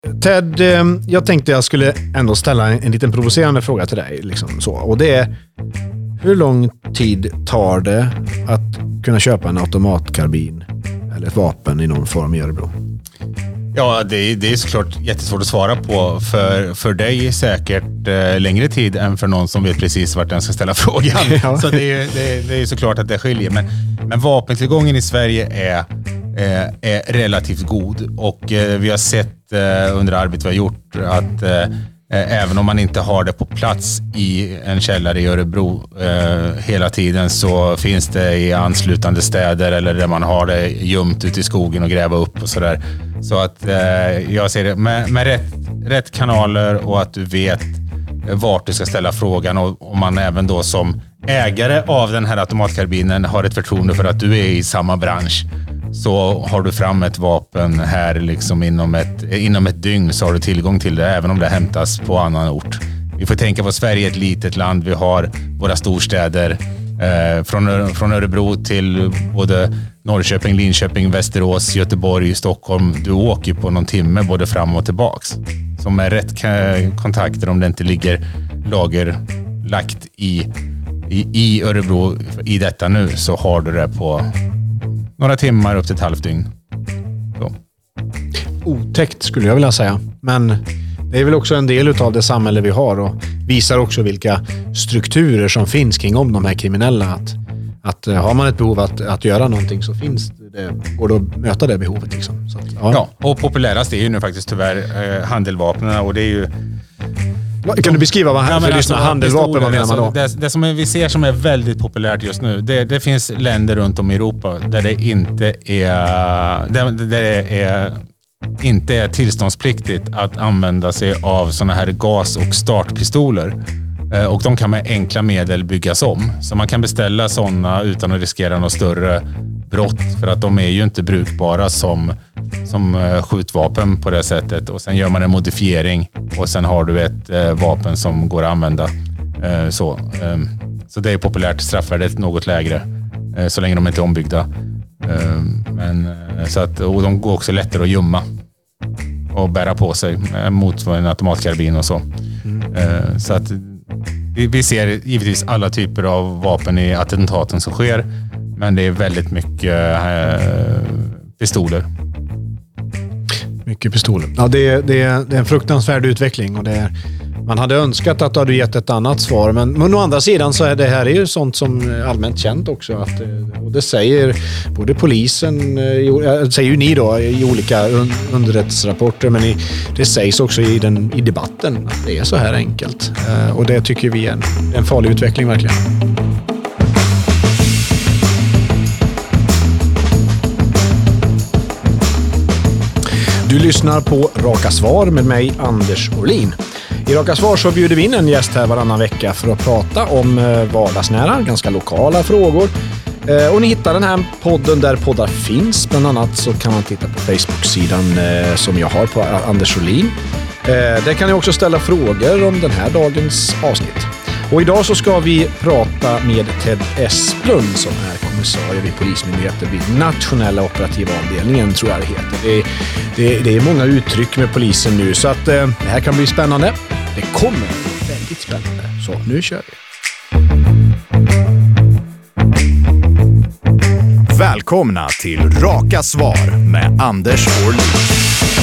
Ted, jag tänkte jag skulle ändå ställa en liten provocerande fråga till dig. Liksom så. Och det är, hur lång tid tar det att kunna köpa en automatkarbin eller ett vapen i någon form i Örebro? Ja, det är såklart jättesvårt att svara på. För dig säkert längre tid än för någon som vet precis vart den ska ställa frågan. Ja. Så det är såklart att det skiljer. Men vapentillgången i Sverige är relativt god. Och vi har sett under arbetet vi har gjort att även om man inte har det på plats i en källare i Örebro hela tiden, så finns det i anslutande städer eller där man har det gömt ute i skogen och gräva upp och sådär. Så att jag ser det med rätt kanaler och att du vet vart du ska ställa frågan, och om man även då som ägare av den här automatkarbinen har ett förtroende för att du är i samma bransch, så har du fram ett vapen här liksom inom ett dygn, så har du tillgång till det även om det hämtas på annan ort. Vi får tänka på Sverige är ett litet land. Vi har våra storstäder från Örebro till både Norrköping, Linköping, Västerås, Göteborg, Stockholm. Du åker på någon timme både fram och tillbaks. Så med rätt kontakter, om det inte ligger lagerlagt i Örebro i detta nu, så har du det på några timmar upp till ett halvt dygn. Så. Otäckt skulle jag vilja säga. Men det är väl också en del av det samhälle vi har och visar också vilka strukturer som finns kring om de här kriminella. Att har man ett behov att göra någonting, så finns det, går det att möta det behovet. Liksom. Så att, ja, och populärast är ju nu faktiskt tyvärr handeldvapnen, och det är ju... Kan du beskriva vad handeldvapen, vad menar man då? Det som vi ser som är väldigt populärt just nu, det finns länder runt om i Europa där det inte är tillståndspliktigt att använda sig av såna här gas- och startpistoler. Och de kan med enkla medel byggas om. Så man kan beställa sådana utan att riskera något större brott, för att de är ju inte brukbara som skjutvapen på det sättet. Och sen gör man en modifiering och sen har du ett vapen som går att använda. Så det är populärt. Straffvärdet något lägre så länge de inte är ombyggda. Och de går också lättare att gömma och bära på sig mot en automatkarbin och så. Så att vi ser givetvis alla typer av vapen i attentaten som sker, men det är väldigt mycket pistoler. Mycket pistoler. Ja, det är en fruktansvärd utveckling, och man hade önskat att du hade gett ett annat svar, men å andra sidan så är det här ju sånt som är allmänt känt också, och det säger både polisen, säger ju ni då i olika underrättelserapporter, men det sägs också i debatten att det är så här enkelt, och det tycker vi är en farlig utveckling verkligen. Du lyssnar på Raka Svar med mig, Anders Orlin. I Raka Svar så bjuder vi in en gäst här varannan vecka för att prata om vardagsnära, ganska lokala frågor. Och ni hittar den här podden där poddar finns. Bland annat så kan man titta på Facebook-sidan som jag har på Anders Orlin. Där kan ni också ställa frågor om den här dagens avsnitt. Och idag så ska vi prata med Ted Esplund som är kommissarie vid Polismyndigheten vid nationella operativa avdelningen, tror jag det heter. Det är många uttryck med polisen nu, så att det här kan bli spännande. Det kommer bli väldigt spännande. Så nu kör vi. Välkomna till Raka Svar med Anders Orlin.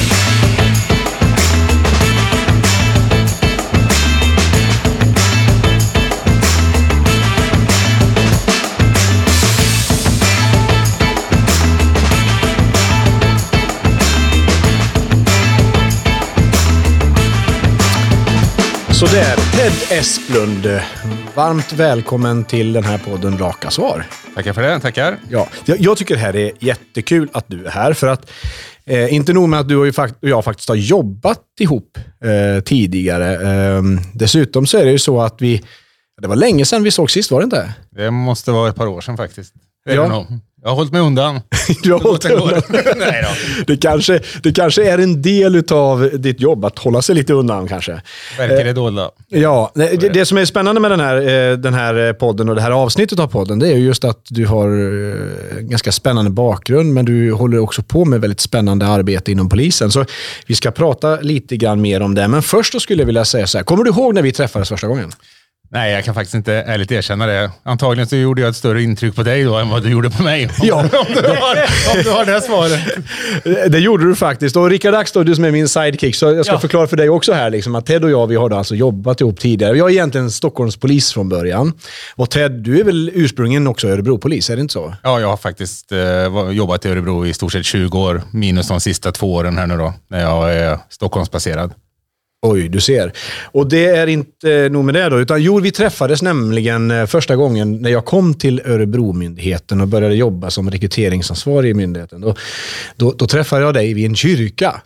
Så där, Ted Esplund, varmt välkommen till den här podden Raka Svar. Tackar för det, tackar. Ja, jag tycker det här är jättekul att du är här, för att inte nog med att du och jag faktiskt har jobbat ihop tidigare. Dessutom så är det ju så att det var länge sedan vi såg sist, var det inte? Det måste vara ett par år sedan faktiskt. Jag har hållit mig undan. Du har hållit undan. Nej då. Det kanske är en del av ditt jobb att hålla sig lite undan kanske. Verkar det dolda? Ja, det som är spännande med den här podden och det här avsnittet av podden, det är ju just att du har ganska spännande bakgrund, men du håller också på med väldigt spännande arbete inom polisen. Så vi ska prata lite grann mer om det. Men först då skulle jag vilja säga så här, kommer du ihåg när vi träffades första gången? Nej, jag kan faktiskt inte ärligt erkänna det. Antagligen så gjorde jag ett större intryck på dig då än vad du gjorde på mig. Ja. om du har det svaret. Det gjorde du faktiskt. Och Rickard Axton, du som är min sidekick, så jag ska förklara för dig också här liksom, att Ted och jag, vi har alltså jobbat ihop tidigare. Jag är egentligen Stockholms polis från början. Och Ted, du är väl ursprungligen också Örebro-polis, är det inte så? Ja, jag har faktiskt jobbat i Örebro i stort sett 20 år, minus de sista 2 åren här nu då, när jag är Stockholmsbaserad. Oj, du ser. Och det är inte nog med det då, utan vi träffades nämligen första gången när jag kom till Örebro-myndigheten och började jobba som rekryteringsansvarig i myndigheten. Då träffade jag dig vid en kyrka.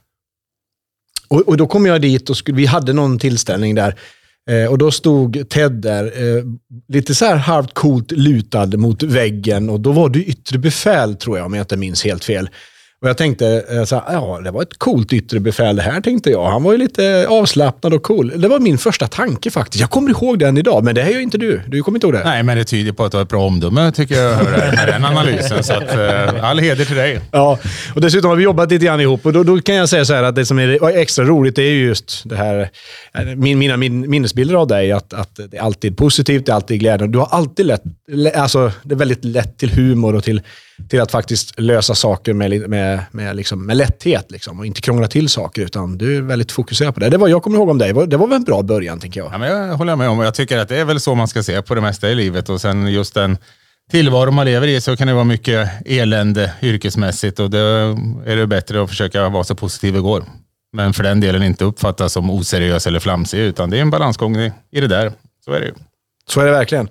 Och då kom jag dit och vi hade någon tillställning där. Och då stod Ted där, lite så här halvt coolt lutad mot väggen. Och då var du yttre befäl, tror jag, om jag inte minns helt fel. Och jag tänkte, det var ett coolt yttre befäl det här, tänkte jag. Han var ju lite avslappnad och cool. Det var min första tanke faktiskt. Jag kommer ihåg den idag, men det här är ju inte du. Du kommer inte ihåg det. Nej, men det tyder på att du har ett bra omdöme, tycker jag, med den analysen. Så att, all heder till dig. Ja, och dessutom har vi jobbat lite grann ihop. Och då kan jag säga så här att det som är extra roligt, det är ju just det här, mina minnesbilder av dig, att det är alltid positivt, det är alltid glädjande. Du har alltid det är väldigt lätt till humor och till att faktiskt lösa saker med lätthet liksom, och inte krångla till saker, utan du är väldigt fokuserad på det. Det var jag kommer ihåg om dig. Det var väl en bra början, tänker jag. Ja, men jag håller med om, och jag tycker att det är väl så man ska se på det mesta i livet, och sen just den tillvaro man lever i, så kan det vara mycket elände yrkesmässigt, och då är det bättre att försöka vara så positiv det går. Men för den delen inte uppfattas som oseriös eller flamsig, utan det är en balansgång i det där. Så är det ju. Så är det verkligen.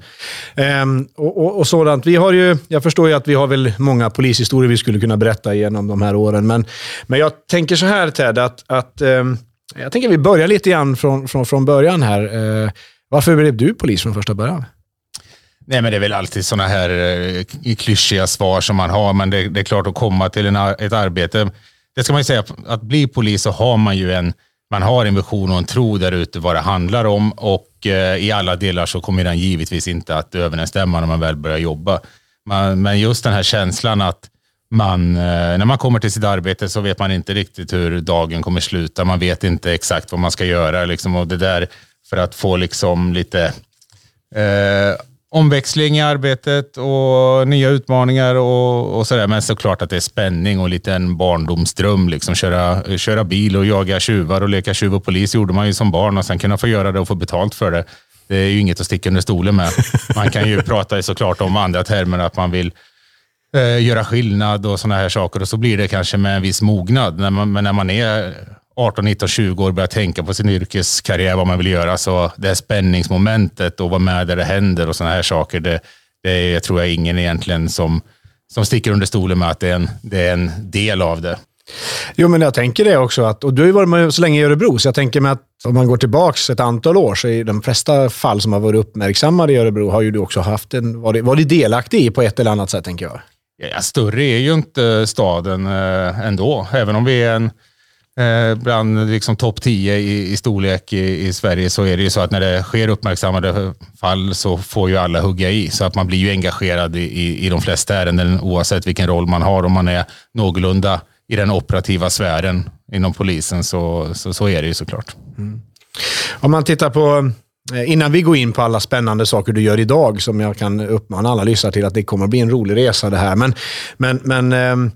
Och sådant. Jag förstår ju att vi har väl många polishistorier vi skulle kunna berätta genom de här åren. Men jag tänker så här, Ted, att jag tänker vi börjar lite grann från början här. Varför blev du polis från första början? Nej, men det är väl alltid såna här klyschiga svar som man har, men det är klart att komma till ett arbete. Det ska man ju säga, att bli polis så har man ju man har en vision och en tro där ute vad det handlar om, och i alla delar så kommer den givetvis inte att överensstämma när man väl börjar jobba. Men just den här känslan att när man kommer till sitt arbete så vet man inte riktigt hur dagen kommer sluta. Man vet inte exakt vad man ska göra liksom, och det där för att få liksom lite omväxling i arbetet och nya utmaningar och sådär. Men såklart att det är spänning och lite en barndomsdröm. Liksom köra bil och jaga tjuvar och leka tjuv och polis gjorde man ju som barn, och sen kunna få göra det och få betalt för det. Det är ju inget att sticka under stolen med. Man kan ju prata såklart om andra termer, att man vill göra skillnad och sådana här saker, och så blir det kanske med en viss mognad. Men när man är 18, 19, 20 år börjar tänka på sin yrkeskarriär, vad man vill göra, så det här spänningsmomentet och vara med där det händer och sådana här saker, det tror jag ingen egentligen som sticker under stolen med att det är en del av det. Jo, men jag tänker det också, och du har ju varit med så länge i Örebro, så jag tänker mig att om man går tillbaks ett antal år, så i de flesta fall som har varit uppmärksammade i Örebro har ju du också haft varit delaktig i på ett eller annat sätt, tänker jag. Ja, större är ju inte staden ändå, även om vi är bland liksom topp 10 i storlek i Sverige, så är det ju så att när det sker uppmärksammade fall så får ju alla hugga i, så att man blir ju engagerad i de flesta ärenden oavsett vilken roll man har. Om man är någorlunda i den operativa sfären inom polisen så är det ju såklart. Mm. Om man tittar på, innan vi går in på alla spännande saker du gör idag, som jag kan uppmana alla lyssnare till, att det kommer att bli en rolig resa det här, men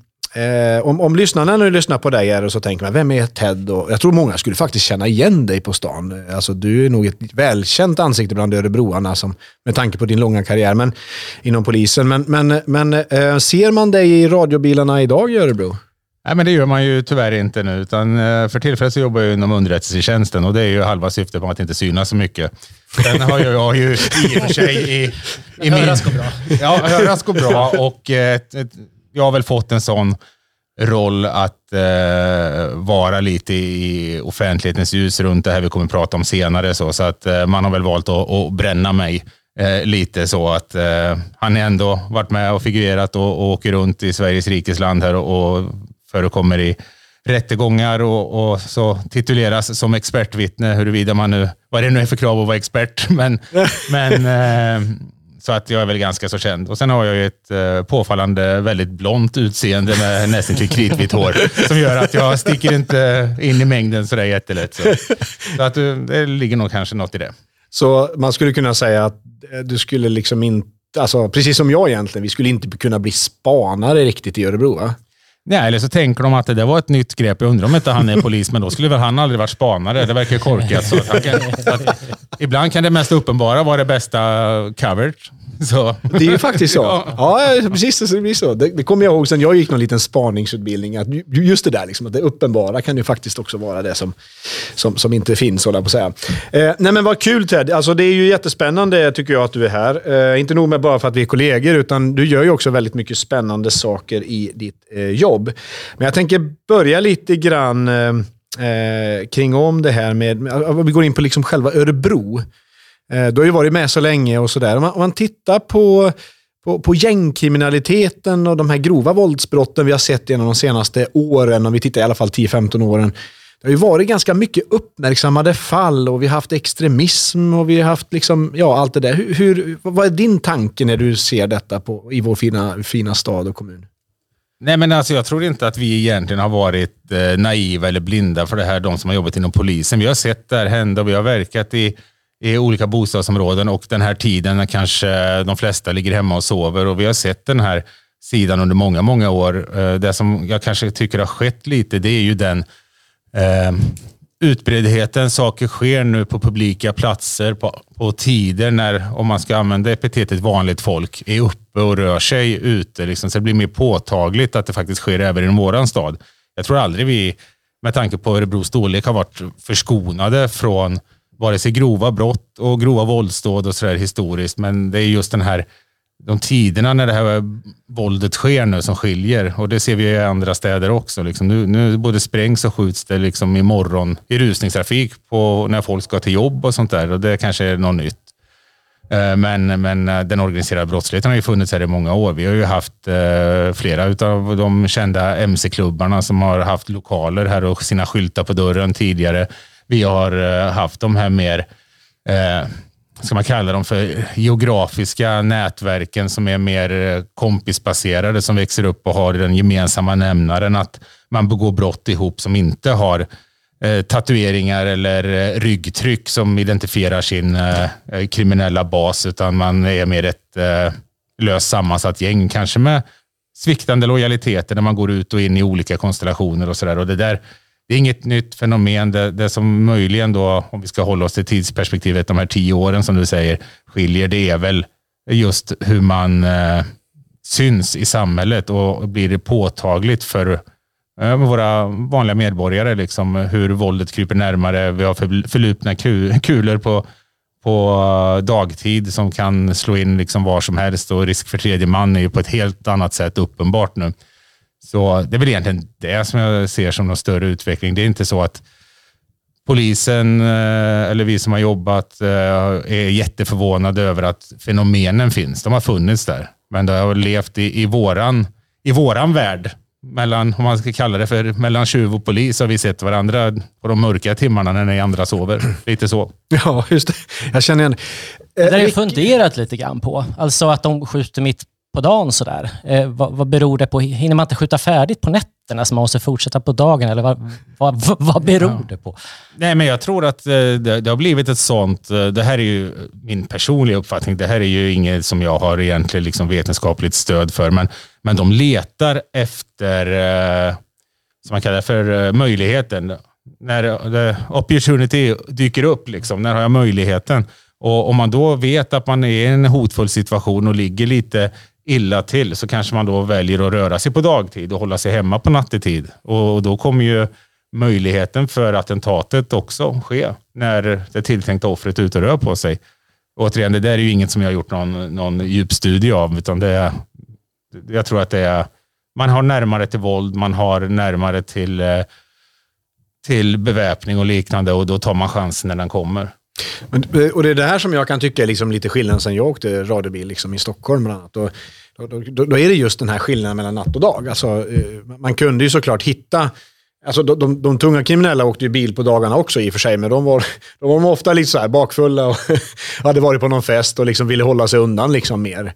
om lyssnarna nu lyssnar på dig och så tänker man, vem är Ted? Och jag tror många skulle faktiskt känna igen dig på stan. Alltså, du är nog ett välkänt ansikte bland örebroarna med tanke på din långa karriär inom polisen. Men ser man dig i radiobilarna idag i Örebro? Nej, men det gör man ju tyvärr inte nu, utan för tillfället så jobbar jag inom underrättelsetjänsten, och det är ju halva syftet på att inte synas så mycket. Sen har jag ju i och för sig i min... Höras går bra. Ja, höras går bra, och jag har väl fått en sån roll att vara lite i offentlighetens ljus runt det här vi kommer att prata om senare, så att man har väl valt att bränna mig lite så att han ändå varit med och figurerat och åker runt i Sveriges rikes land här och förekommer i rättegångar och så tituleras som expertvittne, huruvida man nu, vad det nu är för krav att vara expert, men så att jag är väl ganska så känd. Och sen har jag ju ett påfallande väldigt blont utseende med nästan till kritvitt hår som gör att jag sticker inte in i mängden så där jättelätt. Så att det ligger nog kanske något i det. Så man skulle kunna säga att du skulle liksom inte, alltså precis som jag egentligen, vi skulle inte kunna bli spanare riktigt i Örebro, va? Nej, eller så tänker de att det var ett nytt grepp. Jag undrar om inte han är polis, men då skulle väl han aldrig varit spanare. Det verkar korkat. Så att ibland kan det mest uppenbara vara det bästa coverage. Så. Det är ju faktiskt så. Ja, precis det blir så. Det kommer jag ihåg sen jag gick någon liten spaningsutbildning. Att just det där, liksom, att det uppenbara kan ju faktiskt också vara det som inte finns, håller jag på att säga. Nej men vad kul Ted. Alltså, det är ju jättespännande tycker jag att du är här. Inte nog med bara för att vi är kollegor, utan du gör ju också väldigt mycket spännande saker i ditt jobb. Men jag tänker börja lite grann kring om det här med, vi går in på liksom själva Örebro. Du har ju varit med så länge och sådär. Om man tittar på gängkriminaliteten och de här grova våldsbrotten vi har sett genom de senaste åren, om vi tittar i alla fall 10-15 åren. Det har ju varit ganska mycket uppmärksammade fall och vi har haft extremism och vi har haft liksom, ja, allt det där. Vad är din tanke när du ser detta i vår fina stad och kommun? Nej, men alltså jag tror inte att vi egentligen har varit naiva eller blinda för det här, de som har jobbat inom polisen. Vi har sett det här hända och vi har verkat i olika bostadsområden och den här tiden när kanske de flesta ligger hemma och sover, och vi har sett den här sidan under många, många år. Det som jag kanske tycker har skett lite, det är ju den utbredheten. Saker sker nu på publika platser på tider när, om man ska använda epitetet vanligt folk, är uppe och rör sig ute. Liksom, så det blir mer påtagligt att det faktiskt sker även i våran stad. Jag tror aldrig vi, med tanke på Örebros storlek, har varit förskonade från vare sig grova brott och grova våldsdåd och sådär historiskt, men det är just de tiderna när det här våldet sker nu som skiljer, och det ser vi i andra städer också. Liksom nu både sprängs och skjuts det liksom imorgon i rusningstrafik på när folk ska till jobb och sånt där, och det kanske är något nytt. Men den organiserade brottsligheten har ju funnits här i många år. Vi har ju haft flera utav de kända MC-klubbarna som har haft lokaler här och sina skyltar på dörren tidigare. Vi har haft de här mer, ska man kalla dem för geografiska nätverken som är mer kompisbaserade, som växer upp och har den gemensamma nämnaren att man begår brott ihop, som inte har tatueringar eller ryggtryck som identifierar sin kriminella bas, utan man är mer ett löst sammansatt gäng, kanske med sviktande lojaliteter när man går ut och in i olika konstellationer och sådär. Och det är inget nytt fenomen. Det som möjligen då, om vi ska hålla oss till tidsperspektivet, de här 10 åren som du säger, skiljer, det är väl just hur man syns i samhället, och blir det påtagligt för våra vanliga medborgare, liksom, hur våldet kryper närmare. Vi har förlupna kulor på dagtid som kan slå in liksom var som helst, och risk för tredje man är ju på ett helt annat sätt uppenbart nu. Så det är väl egentligen det som jag ser som någon större utveckling. Det är inte så att polisen eller vi som har jobbat är jätteförvånade över att fenomenen finns. De har funnits där. Men det har levt i våran värld. Mellan, om man ska kalla det för, mellan tjuv och polis, har vi sett varandra på de mörka timmarna när ni andra sover. Lite så. Ja, just det. Jag känner igen. Det har jag funderat lite grann på. Alltså att de skjuter mitt på dagen sådär. Vad beror det på? Hinner man inte skjuta färdigt på nätterna så man måste fortsätta på dagen? Eller vad beror det på? Nej, men jag tror att det har blivit ett sånt. Det här är ju min personliga uppfattning. Det här är ju inget som jag har egentligen liksom vetenskapligt stöd för. Men de letar efter, som man kallar för, möjligheten. När opportunity dyker upp, liksom, när har jag möjligheten? Och om man då vet att man är i en hotfull situation och ligger lite illa till, så kanske man då väljer att röra sig på dagtid och hålla sig hemma på nattetid. Och då kommer ju möjligheten för attentatet också ske när det tilltänkta offret ut och rör på sig. Och återigen, det där är ju inget som jag har gjort någon djupstudie av, utan jag tror att det är, man har närmare till våld, man har närmare till beväpning och liknande, och då tar man chansen när den kommer. Och det är det här som jag kan tycka är liksom lite skillnaden sen jag åkte radiobil liksom i Stockholm bland annat. Och då är det just den här skillnaden mellan natt och dag. Alltså, man kunde ju såklart hitta... Alltså de tunga kriminella åkte ju bil på dagarna också i och för sig, men de var ofta lite så här bakfulla och hade varit på någon fest och liksom ville hålla sig undan liksom mer.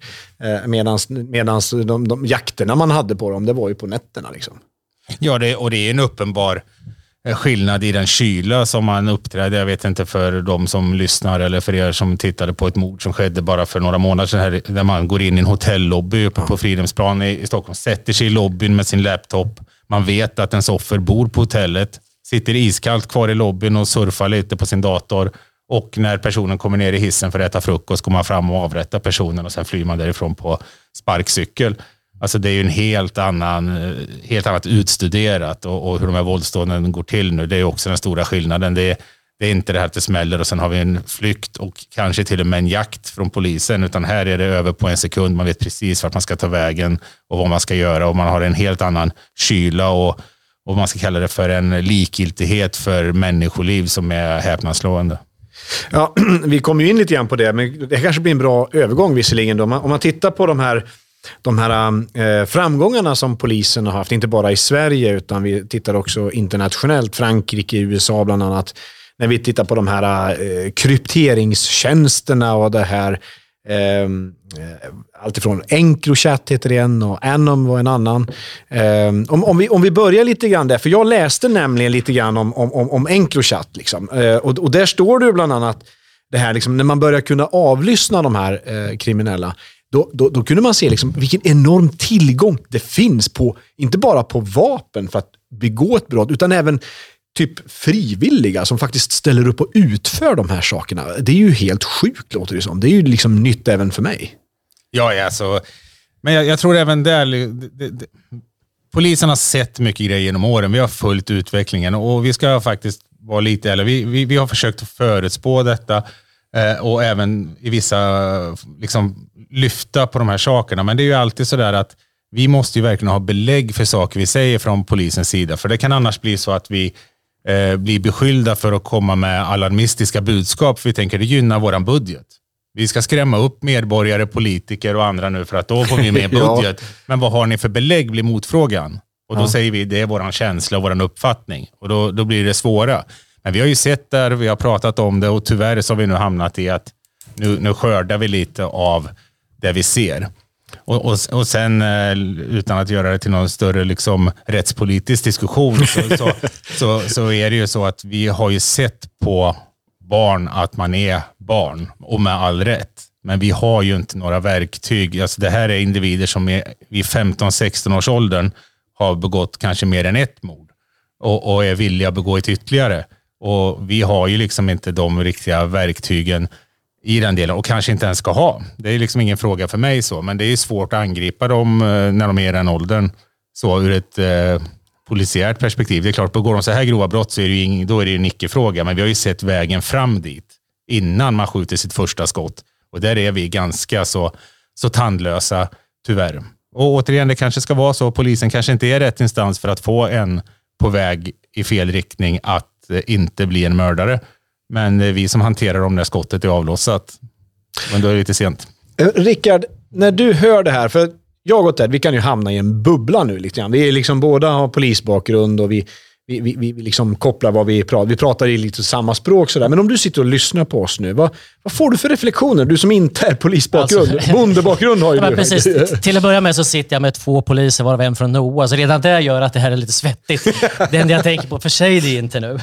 Medans de jakterna man hade på dem, det var ju på nätterna liksom. Ja, och det är en uppenbar skillnad i den kyla som man uppträdde. Jag vet inte för de som lyssnar eller för er som tittade på ett mord som skedde bara för några månader sedan här, där man går in i en hotellobby uppe på Fridhemsplan i Stockholm, sätter sig i lobbyn med sin laptop. Man vet att ens offer bor på hotellet, sitter iskallt kvar i lobbyn och surfar lite på sin dator, och när personen kommer ner i hissen för att äta frukost går man fram och avrättar personen och sen flyr man därifrån på sparkcykel. Alltså det är ju en helt annat utstuderat och hur de här våldsdåden går till nu. Det är också den stora skillnaden. Det är inte det här att det smäller och sen har vi en flykt och kanske till och med en jakt från polisen, utan här är det över på en sekund. Man vet precis vart man ska ta vägen och vad man ska göra, och man har en helt annan kyla och man ska kalla det för en likgiltighet för människoliv som är häpnadsslående. Ja, vi kommer ju in lite grann på det, men det kanske blir en bra övergång visserligen då. Om man tittar på de här framgångarna som polisen har haft, inte bara i Sverige utan vi tittar också internationellt, Frankrike, USA bland annat, när vi tittar på de här krypteringstjänsterna och det här alltifrån Encrochat heter det en och Anom var en annan. Om vi börjar lite grann där, för jag läste nämligen lite grann om Encrochat liksom. Och där står det bland annat det här liksom, när man börjar kunna avlyssna de här kriminella, då kunde man se liksom vilken enorm tillgång det finns på, inte bara på vapen för att begå ett brott, utan även typ frivilliga som faktiskt ställer upp och utför de här sakerna. Det är ju helt sjukt, låter det som. Det är ju liksom nytt även för mig. Ja, alltså, men jag tror även där polisen har sett mycket grejer genom åren. Vi har följt utvecklingen och vi ska faktiskt vara lite, eller vi har försökt förutspå detta och även i vissa liksom lyfta på de här sakerna. Men det är ju alltid så där att vi måste ju verkligen ha belägg för saker vi säger från polisens sida. För det kan annars bli så att vi blir beskyllda för att komma med alarmistiska budskap. För vi tänker det gynnar våran budget. Vi ska skrämma upp medborgare, politiker och andra nu för att då får vi mer budget. Ja. Men vad har ni för belägg blir motfrågan. Och då säger vi det är våran känsla och våran uppfattning. Och då blir det svåra. Men vi har ju sett där, vi har pratat om det och tyvärr så har vi nu hamnat i att nu skördar vi lite av det vi ser. Och sen utan att göra det till någon större liksom rättspolitisk diskussion så är det ju så att vi har ju sett på barn att man är barn och med all rätt. Men vi har ju inte några verktyg. Alltså det här är individer som är i 15-16 års åldern har begått kanske mer än ett mord och är villiga att begå ett ytterligare. Och vi har ju liksom inte de riktiga verktygen i den delen och kanske inte ens ska ha. Det är liksom ingen fråga för mig så, men det är svårt att angripa dem när de är i den åldern så ur ett polisiärt perspektiv. Det är klart, begår de så här grova brott så är det ju då är det ju en icke-fråga, men vi har ju sett vägen fram dit innan man skjuter sitt första skott och där är vi ganska så tandlösa tyvärr. Och återigen, det kanske ska vara så, polisen kanske inte är rätt instans för att få en på väg i fel riktning att inte bli en mördare. Men det är vi som hanterar om när skottet är avlossat. Men då är det lite sent. Rickard, när du hör det här, för jag och Ted, vi kan ju hamna i en bubbla nu lite grann. Vi är liksom båda har polisbakgrund och vi liksom kopplar vad vi pratar. Vi pratar i lite samma språk sådär. Men om du sitter och lyssnar på oss nu, vad får du för reflektioner? Du som inte är polisbakgrund. Alltså, bondebakgrund har ju du. Precis. Till att börja med så sitter jag med 2 poliser, varav en från NOA. Så redan det gör att det här är lite svettigt. Det enda jag tänker på, för sig det inte nu.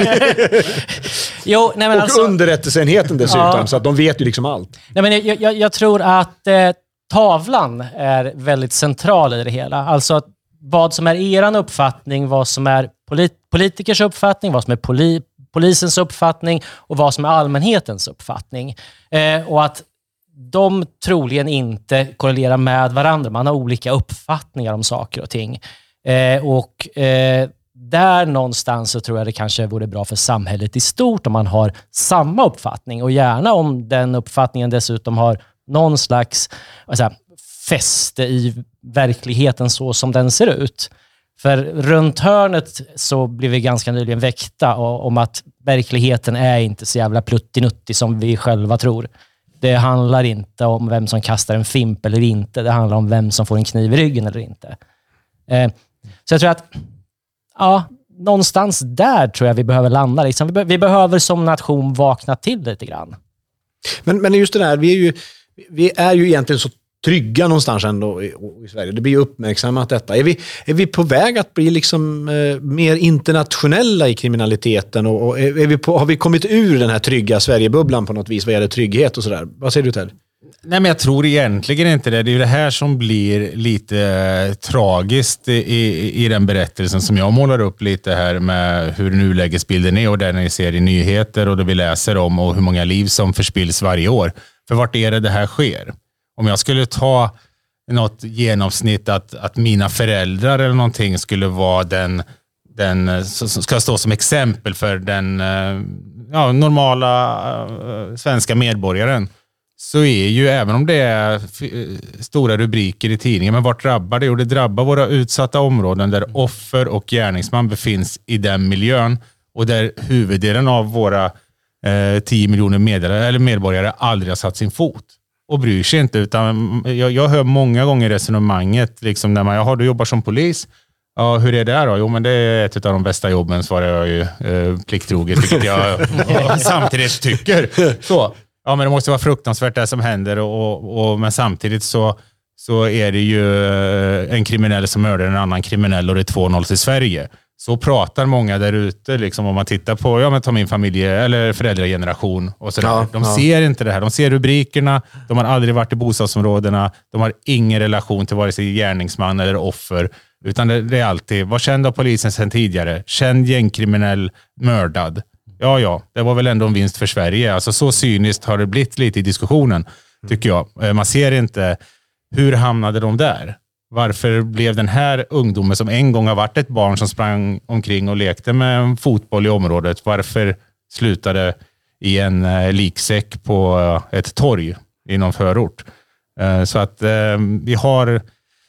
Jo, nej men och alltså, underrättelseenheten dessutom, så att de vet ju liksom allt. Nej men jag tror att tavlan är väldigt central i det hela. Alltså vad som är eran uppfattning, vad som är politikers uppfattning, vad som är polisens uppfattning och vad som är allmänhetens uppfattning. Och att de troligen inte korrelerar med varandra. Man har olika uppfattningar om saker och ting. Där någonstans så tror jag det kanske vore bra för samhället i stort om man har samma uppfattning. Och gärna om den uppfattningen dessutom har någon slags fäste i verkligheten så som den ser ut. För runt hörnet så blev vi ganska nyligen väckta om att verkligheten är inte så jävla pluttinuttig som vi själva tror. Det handlar inte om vem som kastar en fimp eller inte. Det handlar om vem som får en kniv i ryggen eller inte. Så jag tror att någonstans där tror jag vi behöver landa. Liksom. Vi behöver som nation vakna till lite grann. Men just det där, vi är ju egentligen så trygga någonstans ändå i Sverige. Det blir ju uppmärksammat detta. Är vi på väg att bli liksom mer internationella i kriminaliteten och har vi kommit ur den här trygga Sverigebubblan på något vis vad gäller trygghet och sådär? Vad säger du Ted? Nej, men jag tror egentligen inte det. Det är ju det här som blir lite tragiskt i den berättelsen som jag målar upp lite här med hur nulägesbilden är och där ni ser i nyheter och det vi läser om och hur många liv som förspills varje år. För vart är det här sker? Om jag skulle ta något genomsnitt att mina föräldrar eller någonting skulle vara den som ska stå som exempel för den normala svenska medborgaren, så är ju, även om det är stora rubriker i tidningen, men vart drabbar det? Och det drabbar våra utsatta områden där offer och gärningsman befinns i den miljön och där huvuddelen av våra 10 miljoner medborgare aldrig har satt sin fot och bryr sig inte, utan jag hör många gånger resonemanget liksom när du jobbar som polis. Ja, hur är det här då? Jo, men det är ett av de bästa jobben, svarar jag ju plikttroget, vilket jag samtidigt tycker. Så. Ja, men det måste vara fruktansvärt det som händer men samtidigt så är det ju en kriminell som mördar en annan kriminell och det är 2-0 till Sverige. Så pratar många där ute liksom, om man tittar på ta min familje eller föräldrageneration och sådär. Ja, de ser inte det här. De ser rubrikerna, de har aldrig varit i bostadsområdena, de har ingen relation till vare sig gärningsman eller offer, utan det är alltid, vad känd av polisen sedan tidigare? Känd gängkriminell mördad. Ja, det var väl ändå en vinst för Sverige. Alltså så cyniskt har det blivit lite i diskussionen, tycker jag. Man ser inte, hur hamnade de där? Varför blev den här ungdomen som en gång har varit ett barn som sprang omkring och lekte med en fotboll i området, varför slutade i en liksäck på ett torg i någon förort? Så att vi har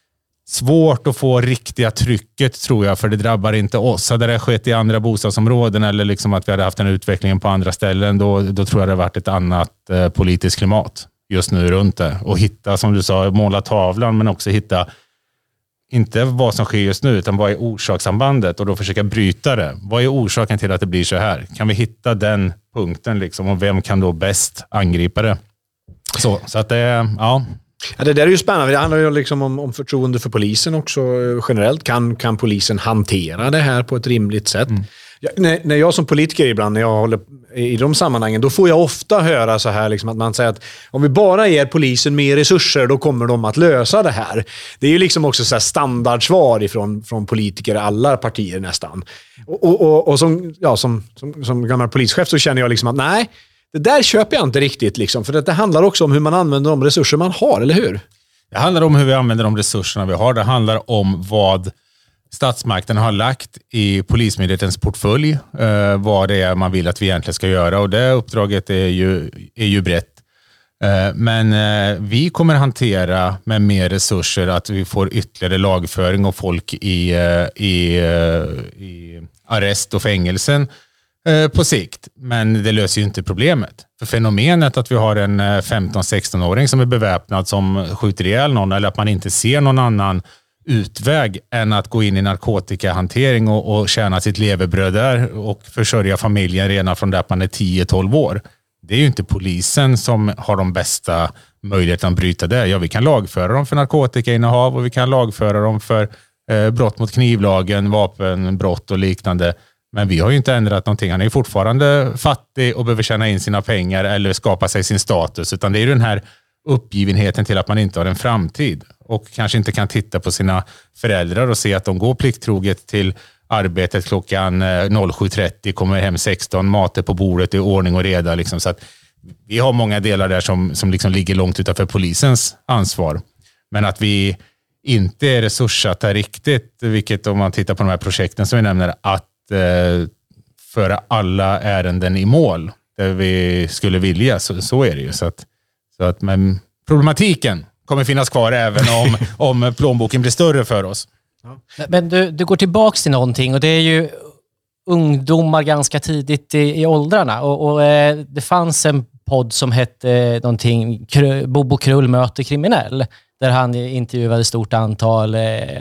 svårt att få riktiga trycket, tror jag, för det drabbar inte oss. Hade det skett i andra bostadsområden eller liksom att vi hade haft den utvecklingen på andra ställen, då tror jag det har varit ett annat politiskt klimat just nu runt det. Och hitta, som du sa, måla tavlan, men också hitta inte vad som sker just nu, utan vad är orsakssambandet och då försöka bryta det. Vad är orsaken till att det blir så här? Kan vi hitta den punkten liksom, och vem kan då bäst angripa det? Så att det är, ja. Ja, det där är ju spännande. Det handlar ju liksom om förtroende för polisen också generellt. Kan polisen hantera det här på ett rimligt sätt? När jag som politiker ibland, när jag håller i de sammanhangen, då får jag ofta höra så här liksom, att man säger att om vi bara ger polisen mer resurser, då kommer de att lösa det här. Det är ju liksom också så här standardsvar från politiker i alla partier nästan. Och som gammal polischef så känner jag liksom att nej, det där köper jag inte riktigt liksom, för det handlar också om hur man använder de resurser man har, eller hur? Det handlar om hur vi använder de resurserna vi har. Det handlar om vad statsmakten har lagt i polismyndighetens portfölj, vad det är man vill att vi egentligen ska göra, och det uppdraget är ju brett. Men vi kommer hantera med mer resurser att vi får ytterligare lagföring och folk i arrest och fängelsen på sikt. Men det löser ju inte problemet. För fenomenet att vi har en 15-16-åring som är beväpnad som skjuter ihjäl någon, eller att man inte ser någon annan utväg än att gå in i narkotikahantering och tjäna sitt levebröd där och försörja familjen redan från det att man är 10-12 år. Det är ju inte polisen som har de bästa möjligheterna att bryta det. Ja, vi kan lagföra dem för narkotikainnehav och vi kan lagföra dem för brott mot knivlagen, vapenbrott och liknande. Men vi har ju inte ändrat någonting. Han är ju fortfarande fattig och behöver tjäna in sina pengar eller skapa sig sin status. Utan det är ju den här uppgivenheten till att man inte har en framtid. Och kanske inte kan titta på sina föräldrar och se att de går plikttroget till arbetet klockan 07.30, kommer hem 16, matet på bordet i ordning och reda. Liksom. Så att vi har många delar där som liksom ligger långt utanför polisens ansvar. Men att vi inte är resurssatta riktigt, vilket om man tittar på de här projekten som vi nämner, att föra alla ärenden i mål där vi skulle vilja, så är det ju. Så att, men problematiken kommer finnas kvar även om plånboken blir större för oss. Ja. Men du går tillbaks till någonting och det är ju ungdomar ganska tidigt i åldrarna. Och det fanns en podd som hette någonting Bobo Krull möter kriminell, där han intervjuade ett stort antal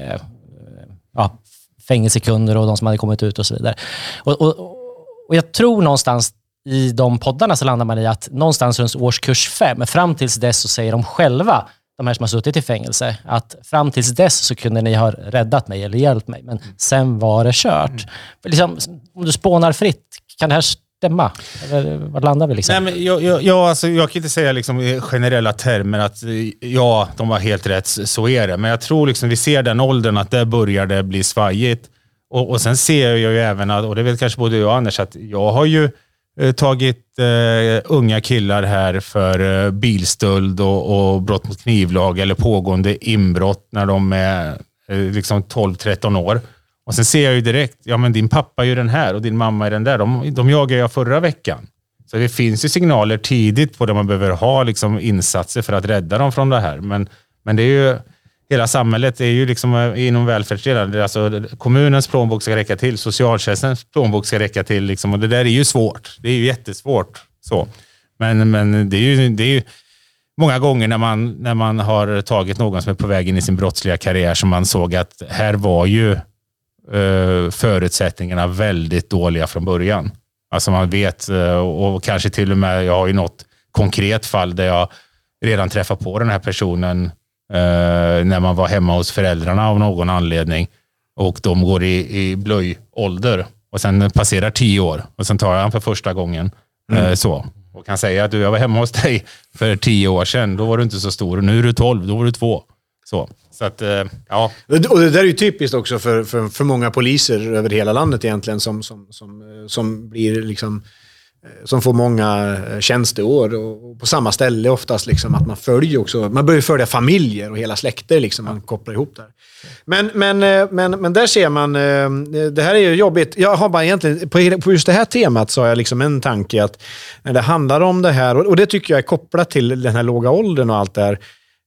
fängelsekunder och de som hade kommit ut och så vidare. Och jag tror någonstans i de poddarna så landar man i att någonstans runt årskurs 5, fram tills dess så säger de själva, de här som har suttit i fängelse, att fram tills dess så kunde ni ha räddat mig eller hjälpt mig, men sen var det kört. För liksom, om du spånar fritt, kan det här stämma? Eller vad landar vi liksom? Nej, men jag kan inte säga liksom i generella termer att de var helt rätt, så är det. Men jag tror liksom vi ser den åldern att det börjar det bli svajigt. Och sen ser jag ju även, och det vet kanske både jag och Anders, att jag har ju tagit unga killar här för bilstöld och brott mot knivlag eller pågående inbrott när de är liksom 12-13 år. Och sen ser jag ju direkt, ja men din pappa är ju den här och din mamma är den där. De jagade jag förra veckan. Så det finns ju signaler tidigt på där man behöver ha liksom insatser för att rädda dem från det här. Men det är ju, hela samhället är ju liksom inom välfärdsdelen. Alltså kommunens plånbok ska räcka till, socialtjänstens plånbok ska räcka till. Liksom, och det där är ju svårt. Det är ju jättesvårt. Så. Men det är ju många gånger när man har tagit någon som är på väg in i sin brottsliga karriär som man såg att här var ju förutsättningarna väldigt dåliga från början. Alltså man vet, och kanske till och med, jag har ju något konkret fall där jag redan träffar på den här personen när man var hemma hos föräldrarna av någon anledning och de går i blöjålder och sen passerar 10 år och sen tar jag han för första gången så och kan säga att jag var hemma hos dig för 10 år sedan, då var du inte så stor och nu är du 12, då var du 2. Så att, ja. Och det där är ju typiskt också för många poliser över hela landet egentligen som blir liksom, som får många tjänsteår och på samma ställe oftast liksom, att man följer också, man börjar följa familjer och hela släkter liksom, man kopplar ihop där. Men där ser man, det här är ju jobbigt. Jag har bara egentligen, på just det här temat så har jag liksom en tanke att när det handlar om det här, och det tycker jag är kopplat till den här låga åldern och allt det här.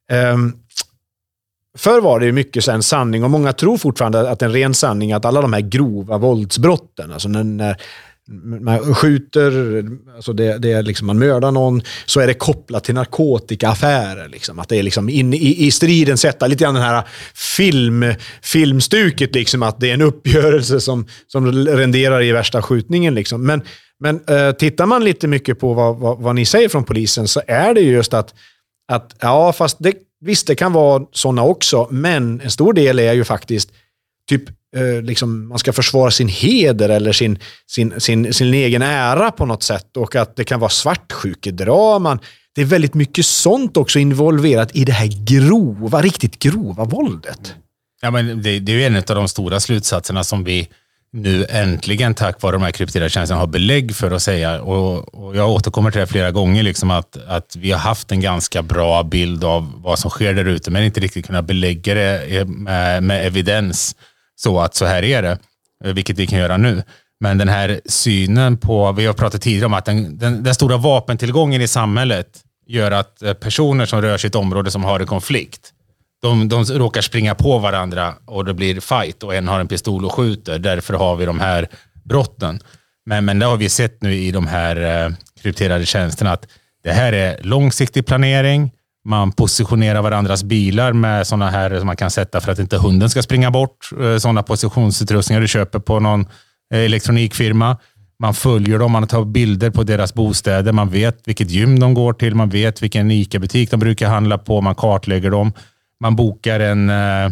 Förr var det ju mycket så en sanning, och många tror fortfarande att en ren sanning att alla de här grova våldsbrotten, alltså när man skjuter, alltså det är liksom man mördar någon, så är det kopplat till narkotikaaffärer liksom, att det är liksom in i striden sätta lite grann den här filmstuket liksom, att det är en uppgörelse som renderar i värsta skjutningen liksom. Men tittar man lite mycket på vad ni säger från polisen, så är det ju just att ja, fast visst, det kan vara sådana också, men en stor del är ju faktiskt typ liksom, man ska försvara sin heder eller sin egen ära på något sätt, och att det kan vara svartsjukedraman. Det är väldigt mycket sånt också involverat i det här riktigt grova våldet. Ja, men det är ju en av de stora slutsatserna som vi nu äntligen tack vare de här krypterade tjänsterna har belägg för att säga, och jag återkommer till det flera gånger liksom, att vi har haft en ganska bra bild av vad som sker där ute, men inte riktigt kunna belägga det med evidens så att så här är det, vilket vi kan göra nu. Men den här synen på, vi har pratat tidigare om att den stora vapentillgången i samhället gör att personer som rör sig i ett område som har en konflikt, de råkar springa på varandra och det blir fight och en har en pistol och skjuter. Därför har vi de här brotten. Men det har vi sett nu i de här krypterade tjänsterna att det här är långsiktig planering. Man positionerar varandras bilar med sådana här som man kan sätta för att inte hunden ska springa bort. Sådana positionsutrustningar du köper på någon elektronikfirma. Man följer dem, man tar bilder på deras bostäder. Man vet vilket gym de går till. Man vet vilken ICA-butik de brukar handla på. Man kartlägger dem. Man bokar en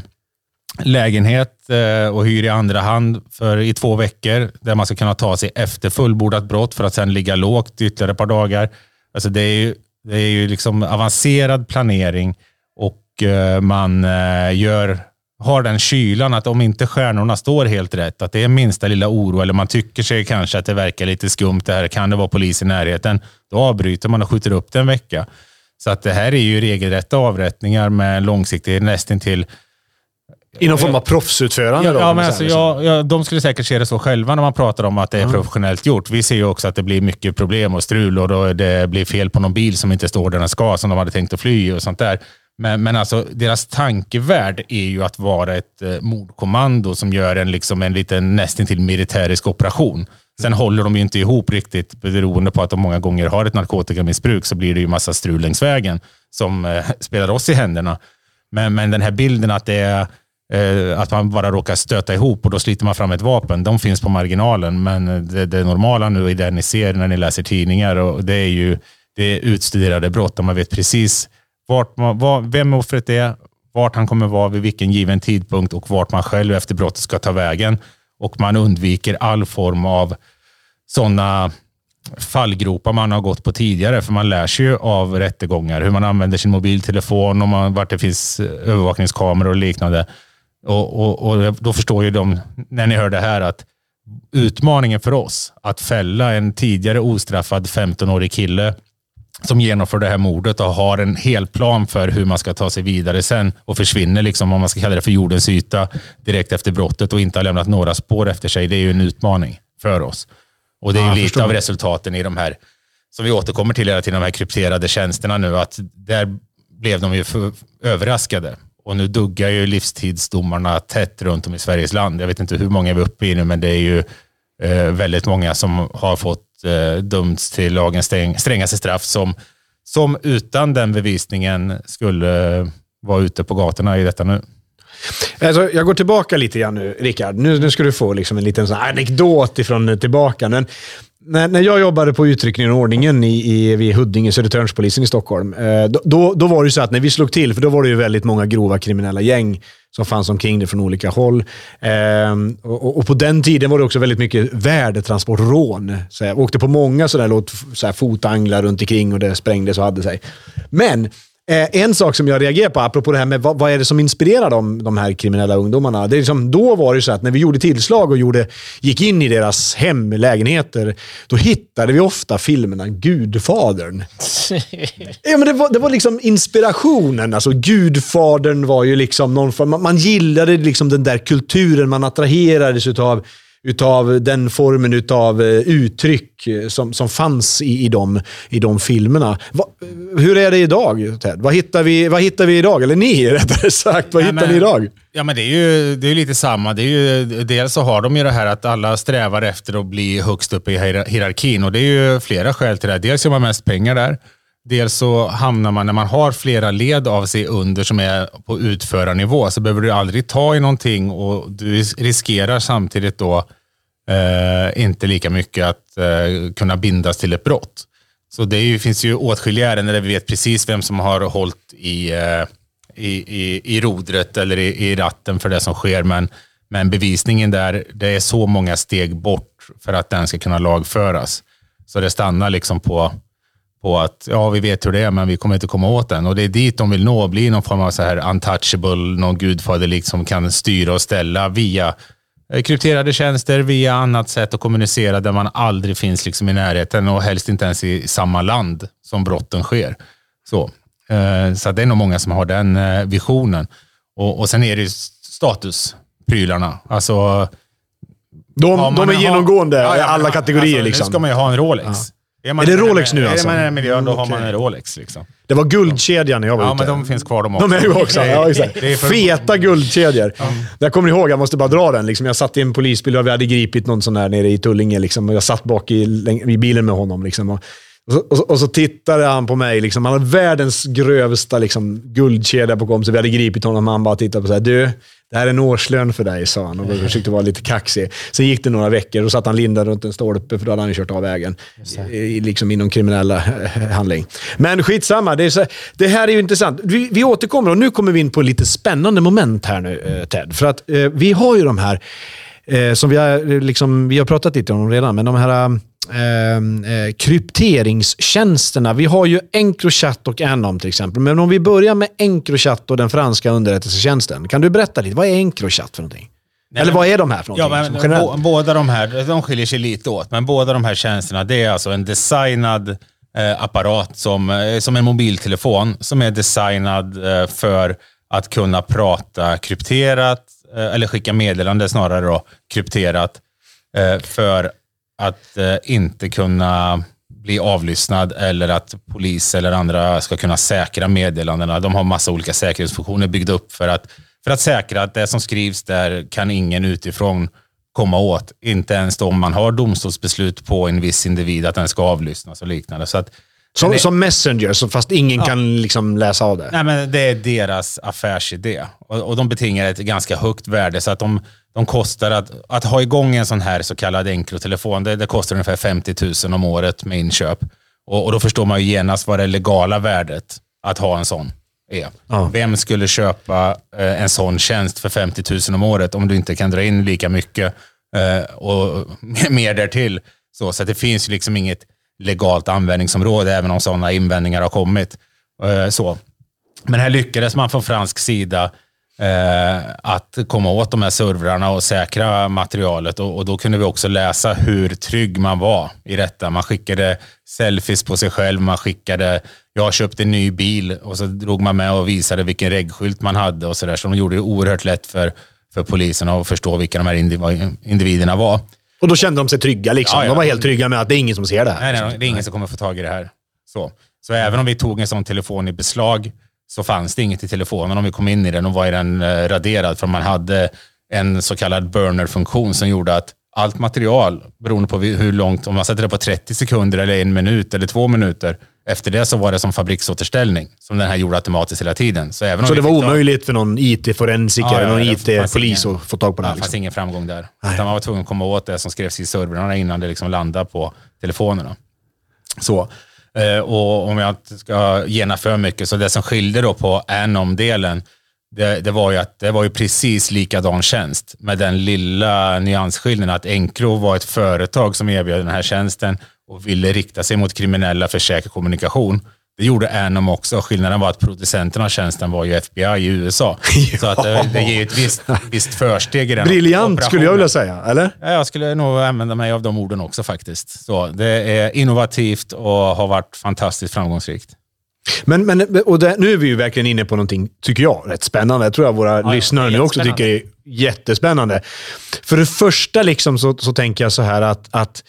lägenhet och hyr i andra hand i 2 veckor där man ska kunna ta sig efter fullbordat brott för att sedan ligga lågt ytterligare ett par dagar. Alltså det är ju liksom avancerad planering, och man har den kylan att om inte stjärnorna står helt rätt, att det är minsta lilla oro eller man tycker sig kanske att det verkar lite skumt det här, kan det vara polis i närheten, då avbryter man och skjuter upp det en vecka. Så att det här är ju regelrätta avrättningar med långsiktighet nästan till i någon form av proffsutförande. Ja, men alltså, de skulle säkert se det så själva när man pratar om att det är professionellt gjort. Vi ser ju också att det blir mycket problem och strul och då det blir fel på någon bil som inte står där den ska, som de hade tänkt att fly och sånt där. Men alltså deras tankevärld är ju att vara ett mordkommando som gör en liten nästintill militärisk operation. Sen håller de ju inte ihop riktigt beroende på att de många gånger har ett narkotikamissbruk, så blir det ju massa strul längs vägen som spelar oss i händerna. Men den här bilden att det är att man bara råkar stöta ihop och då sliter man fram ett vapen, de finns på marginalen. Men det normala nu är det ni ser när ni läser tidningar, och det är ju det utstuderade brott där man vet precis vem offret är, vart han kommer vara vid vilken given tidpunkt och vart man själv efter brottet ska ta vägen. Och man undviker all form av sådana fallgropar man har gått på tidigare, för man lär sig ju av rättegångar hur man använder sin mobiltelefon och vart det finns övervakningskameror och liknande. Och då förstår ju de, när ni hör det här, att utmaningen för oss att fälla en tidigare ostraffad 15-årig kille som genomför det här mordet och har en hel plan för hur man ska ta sig vidare sen och försvinner liksom, om man ska kalla det för jordens yta, direkt efter brottet och inte har lämnat några spår efter sig. Det är ju en utmaning för oss. Och det är ju lite av resultaten i de här, som vi återkommer till hela tiden, de här krypterade tjänsterna nu, att där blev de ju överraskade. Och nu duggar ju livstidsdomarna tätt runt om i Sveriges land. Jag vet inte hur många vi är uppe i nu, men det är ju väldigt många som har fått dömts till lagens strängaste straff som utan den bevisningen skulle vara ute på gatorna i detta nu. Alltså, jag går tillbaka lite grann nu, Rickard. Nu ska du få liksom en liten sån anekdot ifrån tillbaka. Men när jag jobbade på utryckningen och ordningen vid Huddinge, Södertörnspolisen i Stockholm, då var det så att när vi slog till, för då var det ju väldigt många grova kriminella gäng som fanns omkring det från olika håll. Och på den tiden var det också väldigt mycket värdetransportrån. Så jag åkte på många sådär fotanglar runt omkring och det sprängdes och hade sig. Men en sak som jag reagerar på, apropå det här med vad är det som inspirerar de här kriminella ungdomarna, det är liksom, då var det så att när vi gjorde tillslag och gick in i deras hemlägenheter, då hittade vi ofta filmerna Gudfadern. Ja, men det var liksom inspirationen, alltså Gudfadern var ju liksom någon form, man gillade liksom den där kulturen, man attraherades utav den formen utav uttryck som fanns i de filmerna. Hur är det idag, Ted? Vad hittar vi idag? Eller ni, rättare sagt. Vad hittar ni idag? Ja, men det är ju lite samma. Det är ju, dels så har de ju det här att alla strävar efter att bli högst upp i hierarkin. Och det är ju flera skäl till det. Dels har man mest pengar där. Dels så hamnar man, när man har flera led av sig under som är på utförarnivå, så behöver du aldrig ta i någonting, och du riskerar samtidigt då inte lika mycket att kunna bindas till ett brott. Så finns ju åtskilliga ärenden där vi vet precis vem som har hållit i rodret eller i ratten för det som sker, men bevisningen där, det är så många steg bort för att den ska kunna lagföras. Så det stannar liksom på att ja, vi vet hur det är, men vi kommer inte komma åt den. Och det är dit de vill nå, bli någon form av så här untouchable, någon gudfader som kan styra och ställa via krypterade tjänster, via annat sätt att kommunicera där man aldrig finns liksom i närheten och helst inte ens i samma land som brotten sker. Så det är nog många som har den visionen. Och sen är det statusprylarna. Alltså de är genomgående i alla kategorier. Alltså, liksom. Nu ska man ju ha en Rolex. Ja. Är det Rolex nu alltså? Är man en miljard, då har man en Rolex liksom. Det var guldkedjan när jag var ute. Ja, men de finns kvar de också. De är ju också. Ja, feta guldkedjor. Där kommer ni ihåg, jag måste bara dra den. Liksom. Jag satt i en polisbil och vi hade gripit någon sån där nere i Tullinge. Liksom, och jag satt bak i bilen med honom. Liksom, och så tittade han på mig. Liksom. Han hade världens grövsta liksom, guldkedja på kom. Så vi hade gripit honom och han bara tittade på så här: du, det här är en årslön för dig, sa han. Och försökte vara lite kaxig. Sen gick det några veckor och satt han lindad runt en stolpe, för då hade han kört av vägen. Liksom inom kriminella handling. Men skitsamma, det här är ju intressant. Vi återkommer, och nu kommer vi in på en lite spännande moment här nu, Ted. För att vi har ju de här, som vi har pratat lite om redan, men de här krypteringstjänsterna. Vi har ju Encrochat och Anom till exempel. Men om vi börjar med Encrochat och den franska underrättelsetjänsten. Kan du berätta lite, vad är Encrochat för någonting? Nej, eller vad är de här för någonting? Ja, men båda de här, de skiljer sig lite åt. Men båda de här tjänsterna, det är alltså en designad apparat som en mobiltelefon som är designad för att kunna prata krypterat, eller skicka meddelande snarare då, krypterat, för att inte kunna bli avlyssnad eller att polis eller andra ska kunna säkra meddelandena. De har massa olika säkerhetsfunktioner byggda upp för att säkra att det som skrivs där kan ingen utifrån komma åt. Inte ens om man har domstolsbeslut på en viss individ att den ska avlyssnas och liknande. Så att, som Messenger, fast ingen kan liksom läsa av det. Nej, men det är deras affärsidé. Och de betingar ett ganska högt värde, så att de kostar att ha igång en sån här så kallad Encro-telefon. Det kostar ungefär 50 000 om året med inköp. Och då förstår man ju genast vad det legala värdet att ha en sån är. Ja. Vem skulle köpa en sån tjänst för 50 000 om året om du inte kan dra in lika mycket och mer därtill? Så att det finns ju liksom inget legalt användningsområde, även om sådana invändningar har kommit. Så. Men här lyckades man från fransk sida att komma åt de här servrarna och säkra materialet, och då kunde vi också läsa hur trygg man var i detta. Man skickade selfies på sig själv, man skickade, jag köpte en ny bil, och så drog man med och visade vilken regskylt man hade och sådär, så de gjorde det oerhört lätt för polisen att förstå vilka de här individerna var. Och då kände de sig trygga liksom. Ja, ja. De var helt trygga med att det är ingen som ser det här. Nej, det är ingen som kommer få tag i det här. Så även om vi tog en sån telefon i beslag, så fanns det inget i telefonen om vi kom in i den, och var i den raderad, för man hade en så kallad burner-funktion som gjorde att allt material, beroende på hur långt, om man sätter det på 30 sekunder eller 1 minut eller 2 minuter, efter det så var det som fabriksåterställning som den här gjorde automatiskt hela tiden. Så det var omöjligt för någon IT-forensiker eller någon IT-polis att få tag på det här? Det fanns ingen framgång där. Utan man var tvungen att komma åt det som skrevs i servrarna innan det liksom landade på telefonerna. Så. Och om jag inte ska gena för mycket, så det som skilde då på Anom-delen, det var ju att det var ju precis likadan tjänst, med den lilla nyansskillnaden att Encro var ett företag som erbjöd den här tjänsten och ville rikta sig mot kriminella för säker kommunikation. Det gjorde Anom också. Skillnaden var att producenterna av tjänsten var ju FBI i USA. Ja. Så att det ger ett visst försteg i den. Briljant skulle jag vilja säga, eller? Ja, jag skulle nog använda mig av de orden också faktiskt. Så det är innovativt och har varit fantastiskt framgångsrikt. Men nu är vi ju verkligen inne på någonting, tycker jag, rätt spännande. Jag tror att våra lyssnare nu också tycker det är jättespännande. För det första liksom så tänker jag så här att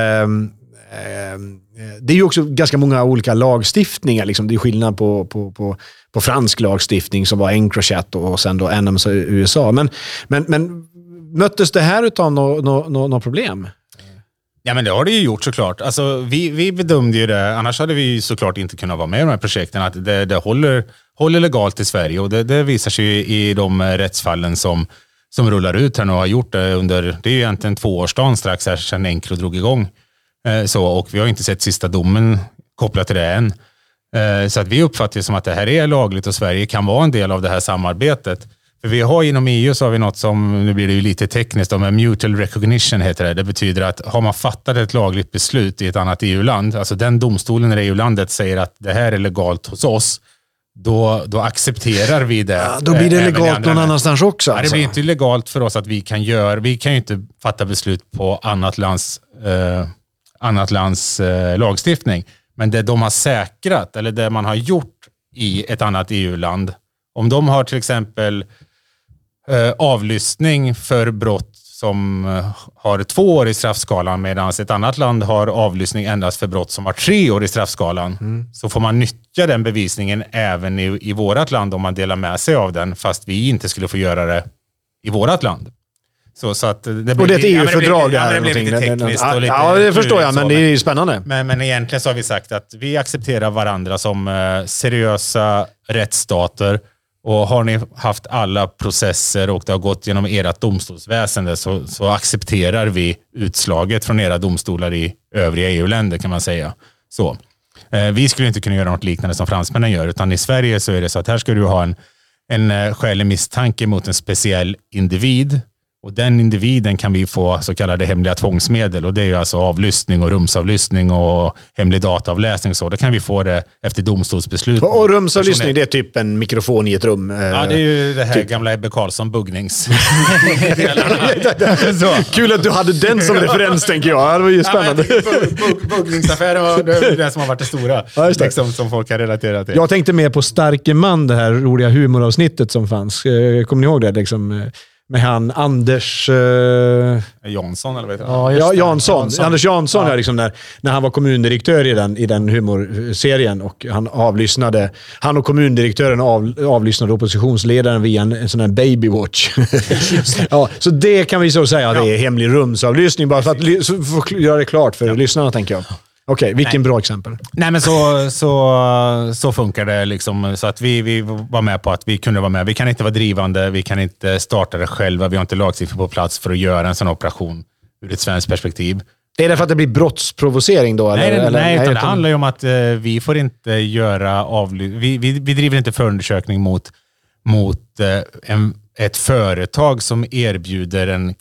det är ju också ganska många olika lagstiftningar. Liksom. Det är skillnad på fransk lagstiftning som var EncroChat och sen då Anom i USA. Men möttes det här utav något problem? Ja, men det har det ju gjort såklart. Alltså, vi bedömde ju det, annars hade vi ju såklart inte kunnat vara med i de här projekten, att det håller legalt i Sverige, och det visar sig i de rättsfallen som rullar ut här nu och har gjort det under, det är ju egentligen 2-årsdagen strax här sedan Encro drog igång. Och vi har inte sett sista domen kopplat till det än. Så att vi uppfattar det som att det här är lagligt och Sverige kan vara en del av det här samarbetet. För vi har inom EU så har vi något som, nu blir det ju lite tekniskt, men mutual recognition heter det. Det betyder att har man fattat ett lagligt beslut i ett annat EU-land, alltså den domstolen i EU-landet säger att det här är legalt hos oss, då accepterar vi det. Ja, då blir det legalt någon annanstans också. Ja, det blir inte legalt för oss att vi kan ju inte fatta beslut på annat lands lagstiftning. Men det de har säkrat, eller det man har gjort i ett annat EU-land, om de har till exempel avlyssning för brott som har 2 år i straffskalan, medan ett annat land har avlyssning endast för brott som har 3 år i straffskalan, så får man nyttja den bevisningen även i vårat land om man delar med sig av den, fast vi inte skulle få göra det i vårat land. Så att det blir, och det är ett EU-fördrag. Det blir lite tekniskt och lite, ja, det förstår jag, men det är ju spännande. Men egentligen så har vi sagt att vi accepterar varandra som seriösa rättsstater, och har ni haft alla processer och det har gått genom ert domstolsväsende, så accepterar vi utslaget från era domstolar i övriga EU-länder, kan man säga. Så. Vi skulle inte kunna göra något liknande som fransmännen gör, utan i Sverige så är det så att här ska du ha en skälig misstanke mot en speciell individ. Och den individen kan vi få så kallade hemliga tvångsmedel, och det är ju alltså avlyssning och rumsavlyssning och hemlig dataavläsning, så då kan vi få det efter domstolsbeslut. Och rumsavlyssning, det är typ en mikrofon i ett rum. Ja, det är ju det här typ gamla Ebbe Carlsson buggnings. Kul att du hade den som referens, tänker jag. Det var ju spännande. Buggningsaffären var det som har varit det stora, liksom, som folk har relaterat till. Jag tänkte mer på Starke man, det här roliga humoravsnittet som fanns. Kommer ni ihåg det? Liksom, med han Anders... Jansson eller vad heter Ja, han? just det. Jansson. Anders Jansson, ja. Liksom när han var kommundirektör i den humorserien och han och kommundirektören avlyssnade oppositionsledaren via en sån här babywatch. Ja, så det kan vi så säga att det är hemlig rumsavlyssning, bara för att få göra det klart för lyssnarna, tänker jag. Okej, vilken bra exempel. Nej, men så funkar det liksom, så att vi var med på att vi kunde vara med. Vi kan inte vara drivande, vi kan inte starta det själva, vi har inte lagstiftning på plats för att göra en sån operation ur ett svenskt perspektiv. Är det för att det blir brottsprovocering då? Nej, utan det handlar ju om att vi får inte göra vi driver inte förundersökning mot ett företag som erbjuder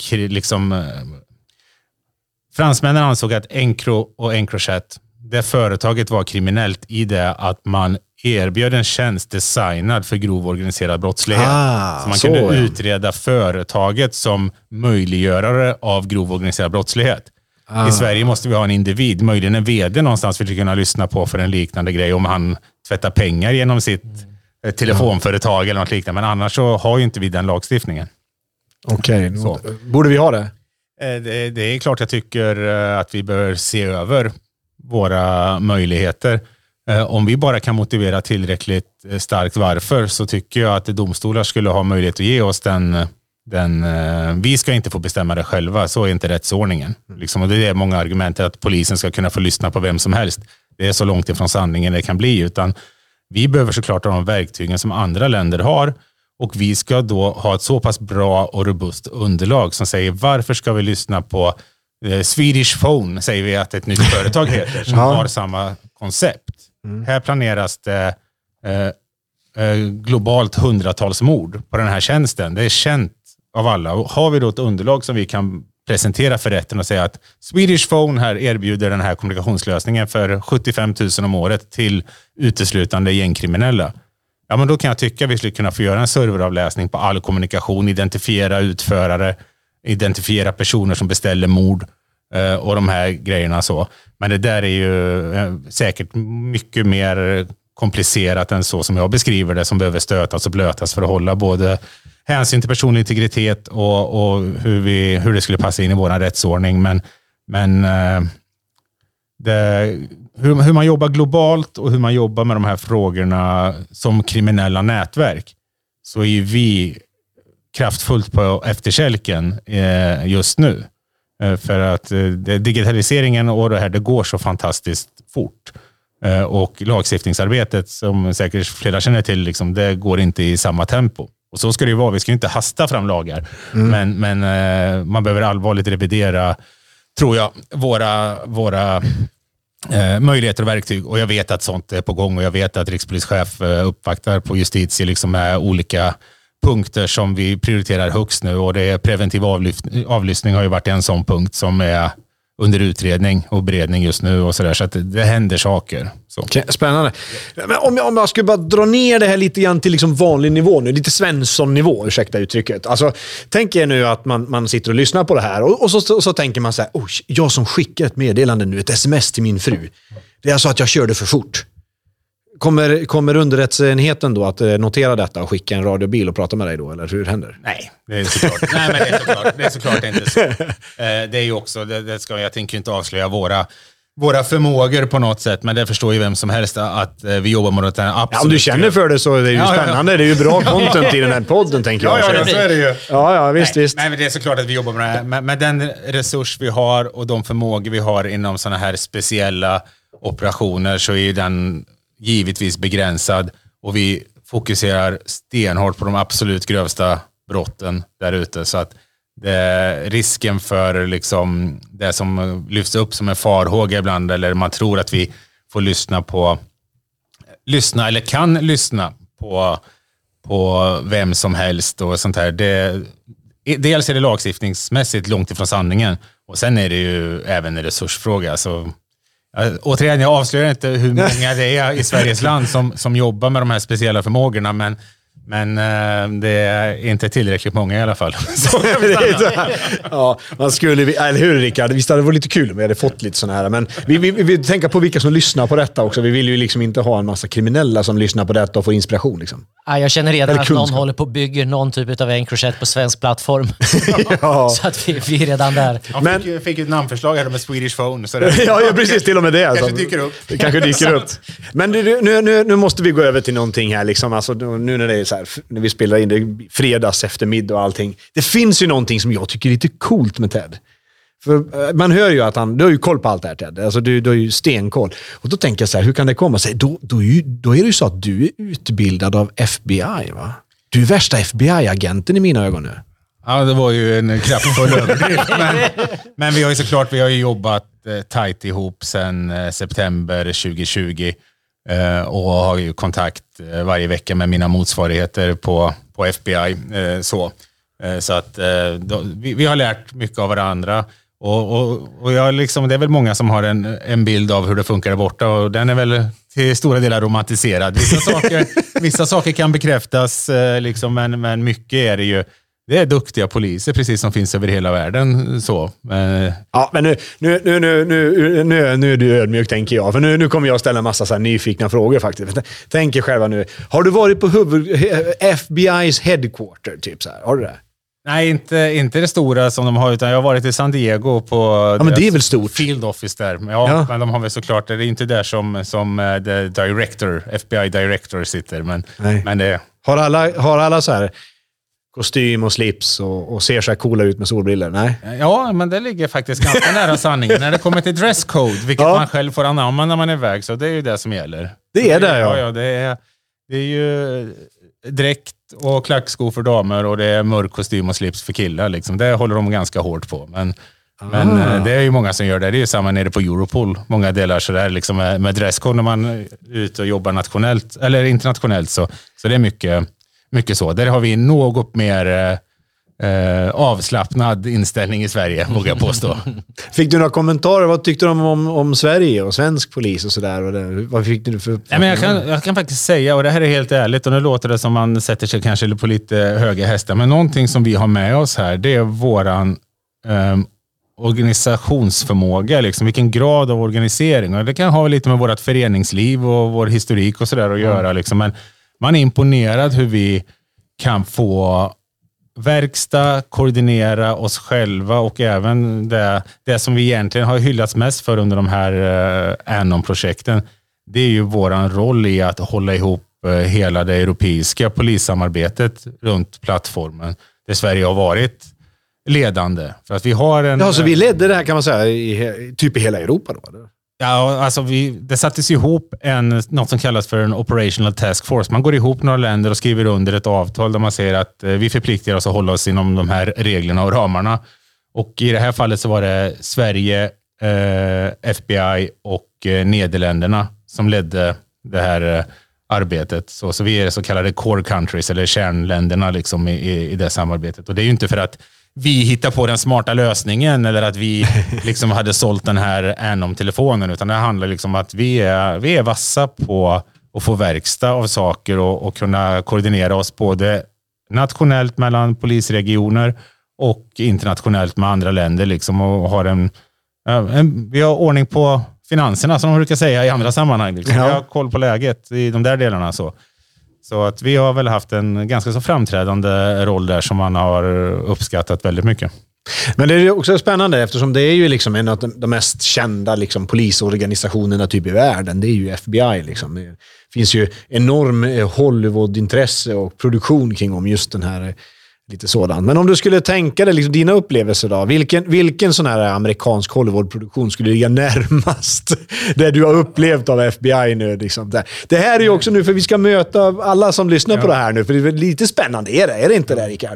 fransmännen ansåg att Encro och Encrochat, det företaget var kriminellt i det att man erbjöd en tjänst designad för grov organiserad brottslighet. Så man kunde utreda företaget som möjliggörare av grov organiserad brottslighet. I Sverige måste vi ha en individ, möjligen en vd någonstans vi kunna lyssna på för en liknande grej om han tvättar pengar genom sitt telefonföretag eller något liknande. Men annars så har ju inte vi den lagstiftningen. Okej, borde vi ha det? Det är klart jag tycker att vi bör se över våra möjligheter. Om vi bara kan motivera tillräckligt starkt varför, så tycker jag att domstolar skulle ha möjlighet att ge oss vi ska inte få bestämma det själva, så är inte rättsordningen. Och det är många argument att polisen ska kunna få lyssna på vem som helst. Det är så långt ifrån sanningen det kan bli, utan vi behöver såklart ha de verktygen som andra länder har. Och vi ska då ha ett så pass bra och robust underlag som säger varför ska vi lyssna på Swedish Phone, säger vi att ett nytt företag heter, som har samma koncept. Här planeras det globalt hundratals mord på den här tjänsten. Det är känt av alla. Och har vi då ett underlag som vi kan presentera för rätten och säga att Swedish Phone här erbjuder den här kommunikationslösningen för 75 000 om året till uteslutande gängkriminella. Ja, men då kan jag tycka att vi skulle kunna få göra en serveravläsning på all kommunikation, identifiera utförare, identifiera personer som beställer mord och de här grejerna så. Men det där är ju säkert mycket mer komplicerat än så som jag beskriver det, som behöver stötas och blötas för att hålla både hänsyn till personlig integritet och hur det skulle passa in i vår rättsordning. Men hur man jobbar globalt och hur man jobbar med de här frågorna som kriminella nätverk, så är ju vi kraftfullt på efterkälken just nu. För att digitaliseringen och det går så fantastiskt fort. Och lagstiftningsarbetet, som säkert flera känner till, det går inte i samma tempo. Och så ska det ju vara. Vi ska ju inte hasta fram lagar. Men man behöver allvarligt revidera, tror jag, våra möjligheter och verktyg. Och jag vet att sånt är på gång, och jag vet att rikspolischef uppvaktar på justitie med olika punkter som vi prioriterar högst nu, och det är preventiv avlyssning har ju varit en sån punkt som är under utredning och beredning just nu och sådär, så att det händer saker. Så. Okay, spännande. Men om jag skulle bara dra ner det här lite grann till vanlig nivå nu, lite Svensson-nivå, ursäkta uttrycket. Alltså, tänk er nu att man sitter och lyssnar på det här och så tänker man så här, jag som skickar ett meddelande nu, ett sms till min fru. Det är alltså att jag körde för fort. Kommer underrättsenheten då att notera detta och skicka en radiobil och prata med dig då, eller hur händer? Nej, det är såklart. Det är såklart inte så. Det är ju också, jag tänker inte avslöja våra förmågor på något sätt, men det förstår ju vem som helst att vi jobbar mot det här. Ja, om du känner för det så är det ju spännande. Ja. Det är ju bra content i den här podden, tänker jag. Ja, så är det ju. Ja, visst. Nej, men det är såklart att vi jobbar med det här. Med den resurs vi har och de förmågor vi har inom såna här speciella operationer, så är den givetvis begränsad, och vi fokuserar stenhårt på de absolut grövsta brotten där ute, så att risken för det som lyfts upp som en farhåga ibland, eller man tror att vi får lyssna eller kan lyssna på vem som helst och sånt här, dels är det lagstiftningsmässigt långt ifrån sanningen, och sen är det ju även en resursfråga. Så återigen, jag avslöjar inte hur många det är i Sveriges land som jobbar med de här speciella förmågorna, Men det är inte tillräckligt många i alla fall. Ja, man skulle, eller hur Rickard? Visst hade det varit lite kul om vi hade fått lite sådana här. Men vi tänker på vilka som lyssnar på detta också. Vi vill ju liksom inte ha en massa kriminella som lyssnar på detta och får inspiration. Liksom. Ja, jag känner redan att någon håller på att bygga någon typ av Encrochat på svensk plattform. Ja. Så att vi är redan där. Jag fick ett namnförslag här med Swedish Phone. Så ja, precis. Till och med det. Kanske dyker upp. Det kanske dyker upp. Men nu måste vi gå över till någonting här. Liksom. Alltså, nu när det är så här, när vi spelar in det fredags eftermiddag och allting. Det finns ju någonting som jag tycker är lite coolt med Ted. För man hör ju att du har ju koll på allt det här, Ted. Alltså du har ju stenkoll. Och då tänker jag så här, hur kan det komma sig? Då är det ju så att du är utbildad av FBI, va? Du är värsta FBI-agenten i mina ögon nu. Ja, det var ju en kraftfull överdrift. Men vi har ju jobbat tajt ihop sedan september 2020 och har ju kontakt varje vecka med mina motsvarigheter på FBI. Så att vi har lärt mycket av varandra. Och jag liksom, det är väl många som har en bild av hur det funkar där borta, och den är väl till stora delar romantiserad. Vissa saker kan bekräftas, liksom, men mycket är det är duktiga poliser, precis som finns över hela världen. Så. Ja, men nu är du ödmjuk, tänker jag. För nu kommer jag att ställa en massa så här nyfikna frågor faktiskt. Tänk er själva nu. Har du varit på FBI's headquarter, typ så här? Har du det? Nej, inte det stora som de har, utan jag har varit i San Diego på men det är väl stort. Field office där. Ja, men de har väl såklart, det är inte där som the director, FBI director sitter, men det har alla så här kostym och slips och ser så här coola ut med solbriller? Nej. Ja, men det ligger faktiskt ganska nära sanningen. När det kommer till dresscode, vilket man själv får anamma när man är iväg, så det är ju det som gäller. Det är det, ja. Ja, det är ju dräkt och klackskor för damer, och det är mörk kostym och slips för killar. Liksom. Det håller de ganska hårt på. Men det är ju många som gör det. Det är ju samma nere på Europol. Många delar så där liksom med dresscode när man är ute och jobbar nationellt eller internationellt. Så det är mycket så. Där har vi något mer avslappnad inställning i Sverige, vågar jag påstå. Fick du några kommentarer? Vad tyckte du om Sverige och svensk polis och sådär? Vad fick du för... Nej, men jag kan faktiskt säga, och det här är helt ärligt, och nu låter det som man sätter sig kanske på lite höga hästar, men någonting som vi har med oss här, det är våran organisationsförmåga, liksom, vilken grad av organisering. Och det kan ha lite med vårt föreningsliv och vår historik och sådär att göra. Liksom. Men man är imponerad hur vi kan få verkstad, koordinera oss själva, och även det som vi egentligen har hyllats mest för under de här Anon-projekten, det är ju våran roll i att hålla ihop hela det europeiska polissamarbetet runt plattformen, där Sverige har varit ledande. För att vi har en... så vi ledde det här, kan man säga, typ i hela Europa då? Eller? Ja, alltså det sattes ihop något som kallas för en operational task force. Man går ihop några länder och skriver under ett avtal där man säger att vi förpliktar oss att hålla oss inom de här reglerna och ramarna. Och i det här fallet så var det Sverige, FBI och Nederländerna som ledde det här arbetet. Så vi är så kallade core countries, eller kärnländerna liksom i det samarbetet. Och det är ju inte för att vi hittar på den smarta lösningen eller att vi liksom hade sålt den här Anom-telefonen, utan det handlar liksom om att vi är vassa på att få verkstad av saker och kunna koordinera oss både nationellt mellan polisregioner och internationellt med andra länder liksom, och har vi har ordning på finanserna, som de brukar säga i andra sammanhang liksom. Vi har koll på läget i de där delarna så att vi har väl haft en ganska så framträdande roll där som man har uppskattat väldigt mycket. Men det är också spännande, eftersom det är ju liksom en av de mest kända liksom polisorganisationerna typ i världen. Det är ju FBI liksom. Det finns ju enorm Hollywood-intresse och produktion kring om just den här lite sådan. Men om du skulle tänka dig liksom dina upplevelser då, vilken sån här amerikansk Hollywood-produktion skulle ligga närmast det du har upplevt av FBI nu liksom? Det här är ju också nu, för vi ska möta alla som lyssnar på det här nu, för det är lite spännande, är det inte det, Rickard?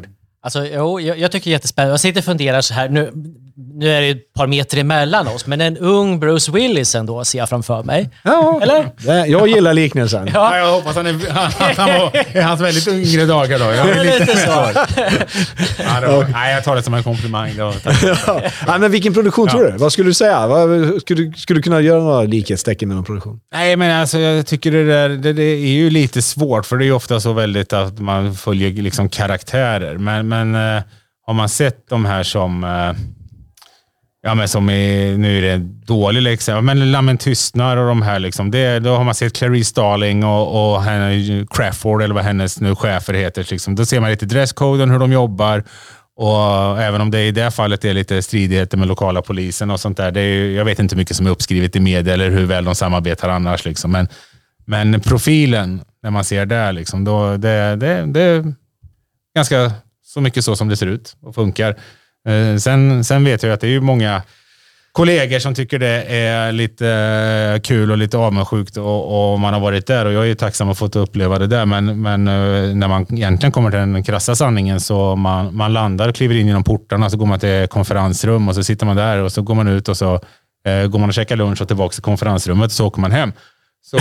Alltså, jag tycker det är jättespännande. Jag sitter och funderar så här. Nu är det ett par meter emellan oss, men en ung Bruce Willis ändå ser jag framför mig. Ja, eller? Jag gillar liknelsen. Ja, jag hoppas han är hans väldigt yngre dagar då. Jag är lite så. Nej, jag tar det som en komplimang. Ja, men vilken produktion tror du? Vad skulle du säga? Skulle du kunna göra några likhetstecken med någon produktion? Nej, men alltså, jag tycker det är ju lite svårt, för det är ju ofta så väldigt att man följer liksom karaktärer. Men har man sett de här som... men nu är det dålig liksom. Men Lammen tystnar och de här liksom. Då har man sett Clarice Starling och Crawford, eller vad hennes nu chefer heter. Liksom. Då ser man lite dresskoden, hur de jobbar. Och även om det i det fallet är lite stridigheter med lokala polisen och sånt där. Jag vet inte hur mycket som är uppskrivet i media eller hur väl de samarbetar annars. Liksom. Men profilen, när man ser där, liksom, då, det är ganska så mycket så som det ser ut och funkar. Sen vet jag att det är ju många kollegor som tycker det är lite kul och lite avundsjukt och man har varit där, och jag är ju tacksam att få uppleva det där, men när man egentligen kommer till den krassa sanningen, så man landar och kliver in genom portarna, så går man till konferensrum och så sitter man där och så går man ut och så går man och käkar lunch och tillbaka till konferensrummet och så åker man hem. Så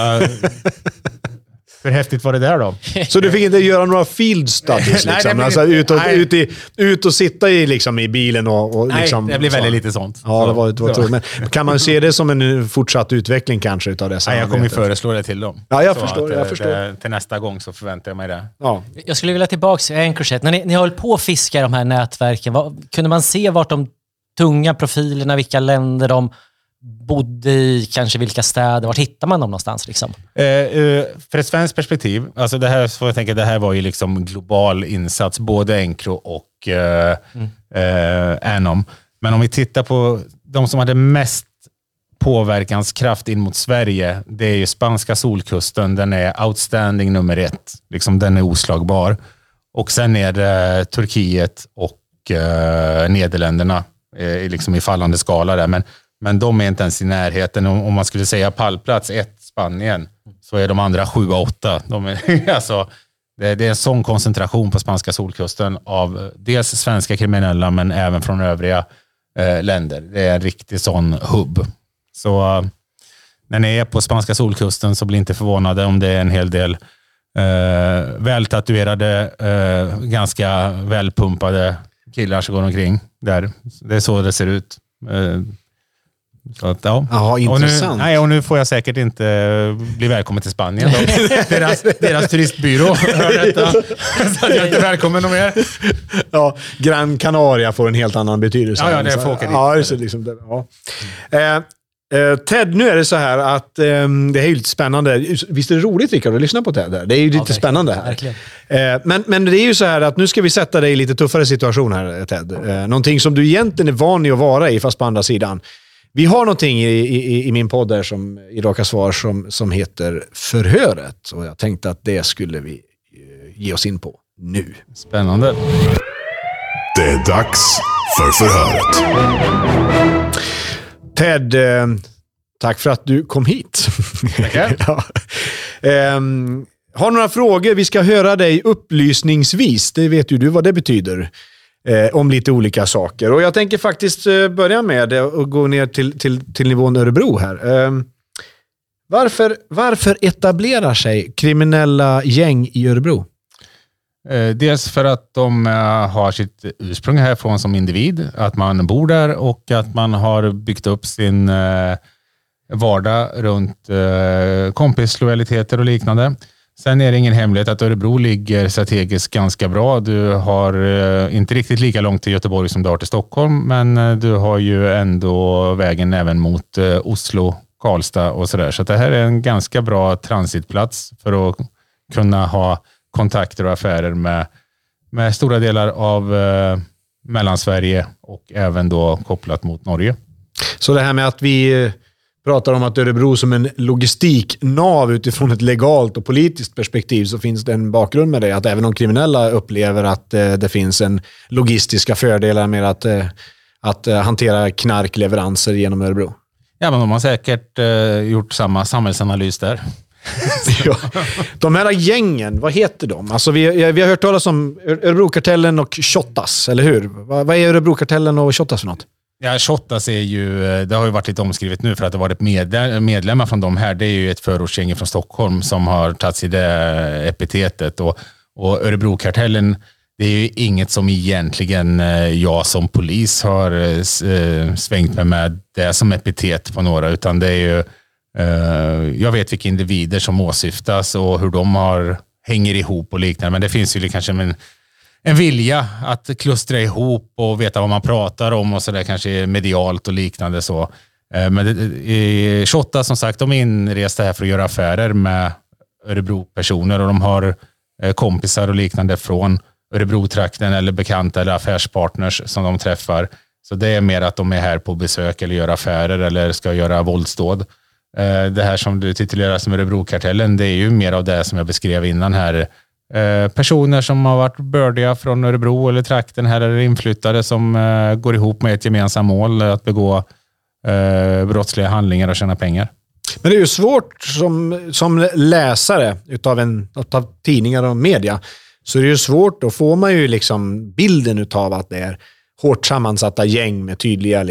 hur häftigt var det där då? Så du fick inte göra några field studies liksom? Nej, ut och sitta i bilen och liksom... Nej, det blir väldigt lite sånt. Ja, det var tråkigt. Men kan man se det som en fortsatt utveckling kanske utav det? Nej, jag kommer ju föreslå det till dem. Ja, jag förstår. Till nästa gång så förväntar jag mig det. Ja. Jag skulle vilja tillbaka till Anchorset. När ni håller på att fiska de här nätverken, kunde man se vart de tunga profilerna, vilka länder de bodde i, kanske vilka städer, vart hittar man dem någonstans liksom? För ett svenskt perspektiv, alltså det här, så jag tänker, det här var ju liksom global insats, både Encro och Anom. Men om vi tittar på de som hade mest påverkanskraft in mot Sverige, det är ju spanska solkusten, den är outstanding nummer 1. Liksom, den är oslagbar. Och sen är det Turkiet och Nederländerna liksom i fallande skala där, men de är inte ens i närheten. Om man skulle säga pallplats 1 Spanien, så är de andra 7-8. Alltså, det är en sån koncentration på spanska solkusten av dels svenska kriminella, men även från övriga länder. Det är en riktig sån hubb. Så när ni är på spanska solkusten, så blir inte förvånade om det är en hel del vältatuerade, ganska välpumpade killar som går omkring där. Det är så det ser ut. Så att, ja. Aha, intressant. Och nu får jag säkert inte bli välkommen till Spanien. deras turistbyrå hör detta. Så jag är inte välkommen mer. Ja, Gran Canaria får en helt annan betydelse. Ja, det får åka dit. Ja, så liksom det, ja. Ted, nu är det så här att det är ju lite spännande. Visst är det roligt, Rickard, att lyssna på Ted? Det är ju lite spännande här. Men det är ju så här att nu ska vi sätta dig i lite tuffare situation här, Ted. Någonting som du egentligen är van att vara i, fast på andra sidan. Vi har någonting i min podd där i Raka Svar som heter Förhöret. Och jag tänkte att det skulle vi ge oss in på nu. Spännande. Det är dags för Förhöret. Ted, tack för att du kom hit. Tackar. Ja. Har några frågor? Vi ska höra dig upplysningsvis. Det vet ju du vad det betyder. Om lite olika saker. Och jag tänker faktiskt börja med det och gå ner till nivån Örebro här. Varför etablerar sig kriminella gäng i Örebro? Dels för att de har sitt ursprung härifrån som individ, att man bor där och att man har byggt upp sin vardag runt kompislojaliteter och liknande. Sen är det ingen hemlighet att Örebro ligger strategiskt ganska bra. Du har inte riktigt lika långt till Göteborg som du har till Stockholm, men du har ju ändå vägen även mot Oslo, Karlstad och sådär. Så det här är en ganska bra transitplats för att kunna ha kontakter och affärer med stora delar av Mellansverige och även då kopplat mot Norge. Så det här med att vi pratar om att Örebro som en logistiknav utifrån ett legalt och politiskt perspektiv, så finns det en bakgrund med det. Att även de kriminella upplever att det finns en logistiska fördelar med att hantera knarkleveranser genom Örebro. Ja, men de har säkert gjort samma samhällsanalys där. Ja. De här gängen, vad heter de? Alltså vi har hört talas om Örebrokartellen och Shottaz, eller hur? Vad är Örebrokartellen och Shottaz för något? Ja, Shottaz är ju, det har ju varit lite omskrivet nu för att det har varit medlemmar från de här. Det är ju ett förortsgäng från Stockholm som har tagit sig det epitetet. Och Örebrokartellen, det är ju inget som egentligen jag som polis har svängt med det som epitet på några, utan det är ju jag vet vilka individer som åsyftas och hur de hänger ihop och liknande, men det finns ju kanske en vilja att klustra ihop och veta vad man pratar om och så där, kanske medialt och liknande så. Men Shottaz, som sagt, de är inresta här för att göra affärer med Örebro-personer, och de har kompisar och liknande från Örebro-trakten eller bekanta eller affärspartners som de träffar. Så det är mer att de är här på besök eller gör affärer eller ska göra våldsdåd. Det här som du titulerar som Örebrokartellen, det är ju mer av det som jag beskrev innan här. Personer som har varit bördiga från Örebro eller trakten här, eller inflyttade som går ihop med ett gemensamt mål att begå brottsliga handlingar och tjäna pengar. Men det är ju svårt som läsare utav tidningar och media, så det är ju svårt, då får man ju liksom bilden utav att det är hårt sammansatta gäng med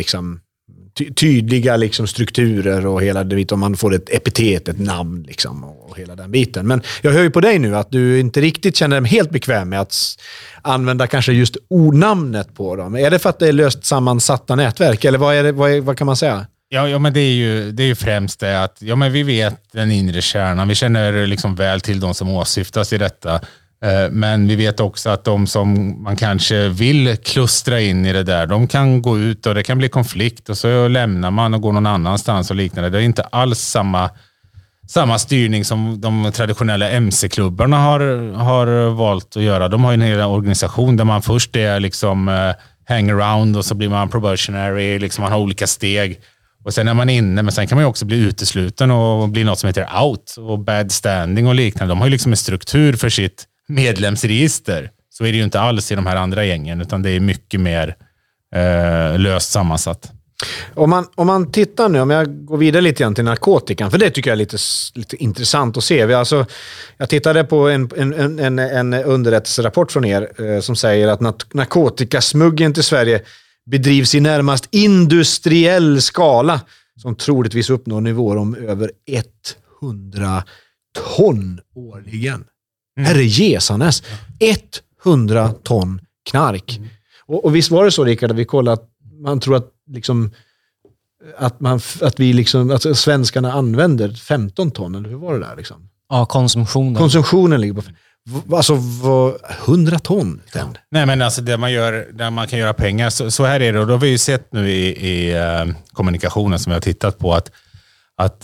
tydliga strukturer och hela det, om man får ett epitet, ett namn och hela den biten. Men jag hör ju på dig nu att du inte riktigt känner dig helt bekväm med att använda kanske just ordnamnet på dem. Är det för att det är löst sammansatta nätverk, eller vad kan man säga? Ja, men det är ju främst det att men vi vet den inre kärnan. Vi känner väl till de som åsyftas i detta. Men vi vet också att de som man kanske vill klustra in i det där, de kan gå ut och det kan bli konflikt och så lämnar man och går någon annanstans och liknande. Det är inte alls samma styrning som de traditionella MC-klubbarna har valt att göra. De har en hel organisation där man först är hang around och så blir man probationary, man har olika steg. Och sen är man inne, men sen kan man ju också bli utesluten och bli något som heter out och bad standing och liknande. De har ju en struktur för sitt medlemsregister. Så är det ju inte alls i de här andra gängen, utan det är mycket mer löst sammansatt. Om man tittar nu, om jag går vidare lite grann till narkotikan, för det tycker jag är lite intressant att se. Jag tittade på en underrättelserapport från er som säger att narkotikasmuggeln till Sverige bedrivs i närmast industriell skala som troligtvis uppnår nivåer om över 100 ton årligen. Herre Jesanes, 100 ton knark. Och visst var det så, Rickard, att vi kollade att man tror att att svenskarna använder 15 ton, eller hur var det där Ja, konsumtionen ligger på 100 ton. Nej, men det man gör, där man kan göra pengar, så här är det, och då har vi ju sett nu i kommunikationen som vi har tittat på att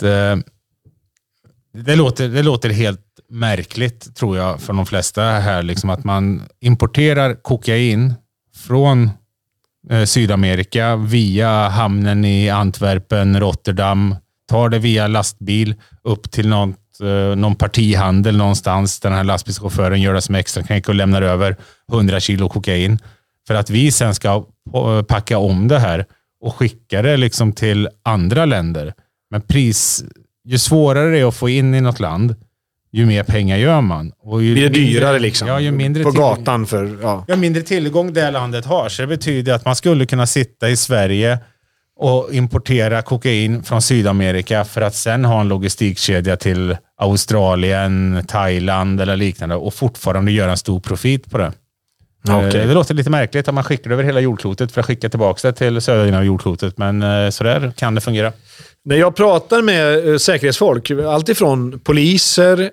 det låter helt märkligt, tror jag, för de flesta här, att man importerar kokain från Sydamerika via hamnen i Antwerpen, Rotterdam, tar det via lastbil upp till någon partihandel någonstans. Den här lastbilschauffören gör det som extra knäck och lämnar över 100 kilo kokain för att vi sen ska packa om det här och skicka det till andra länder. Men ju svårare det är att få in i något land, ju mer pengar gör man. Och ju blir det dyrare ju mindre på gatan ju mindre tillgång det landet har. Så det betyder att man skulle kunna sitta i Sverige och importera kokain från Sydamerika för att sen ha en logistikkedja till Australien, Thailand eller liknande och fortfarande göra en stor profit på det. Okay. Det låter lite märkligt att man skickar över hela jordklotet för att skicka tillbaka det till södra delen av jordklotet, men så där kan det fungera. När jag pratar med säkerhetsfolk, alltifrån poliser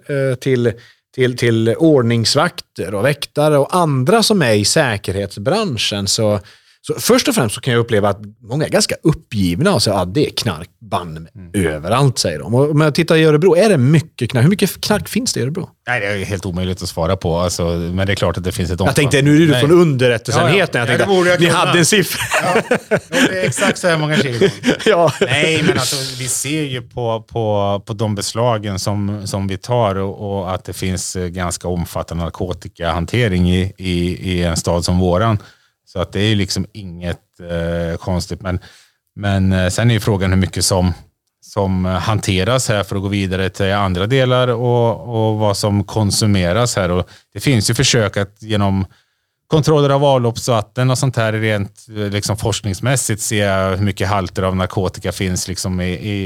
till ordningsvakter och väktare och andra som är i säkerhetsbranschen, så först och främst så kan jag uppleva att många är ganska uppgivna och säger att det är knarkband överallt, säger de. Och om jag tittar i Örebro, är det mycket knark? Hur mycket knark finns det i Örebro? Nej, det är helt omöjligt att svara på. Men det är klart att det finns ett omfång. Jag tänkte, nu är du från underrättelsenheten. Jag tänkte, ni hade en siffra. Ja, det är exakt så här många kilo. Ja. Nej, men vi ser ju på de beslagen som vi tar och att det finns ganska omfattande narkotikahantering i en stad som våran. Så att det är inget konstigt. Men sen är ju frågan hur mycket som som hanteras här för att gå vidare till andra delar och vad som konsumeras här. Och det finns ju försök att genom kontroller av avloppsvatten och sånt här rent liksom forskningsmässigt se hur mycket halter av narkotika finns liksom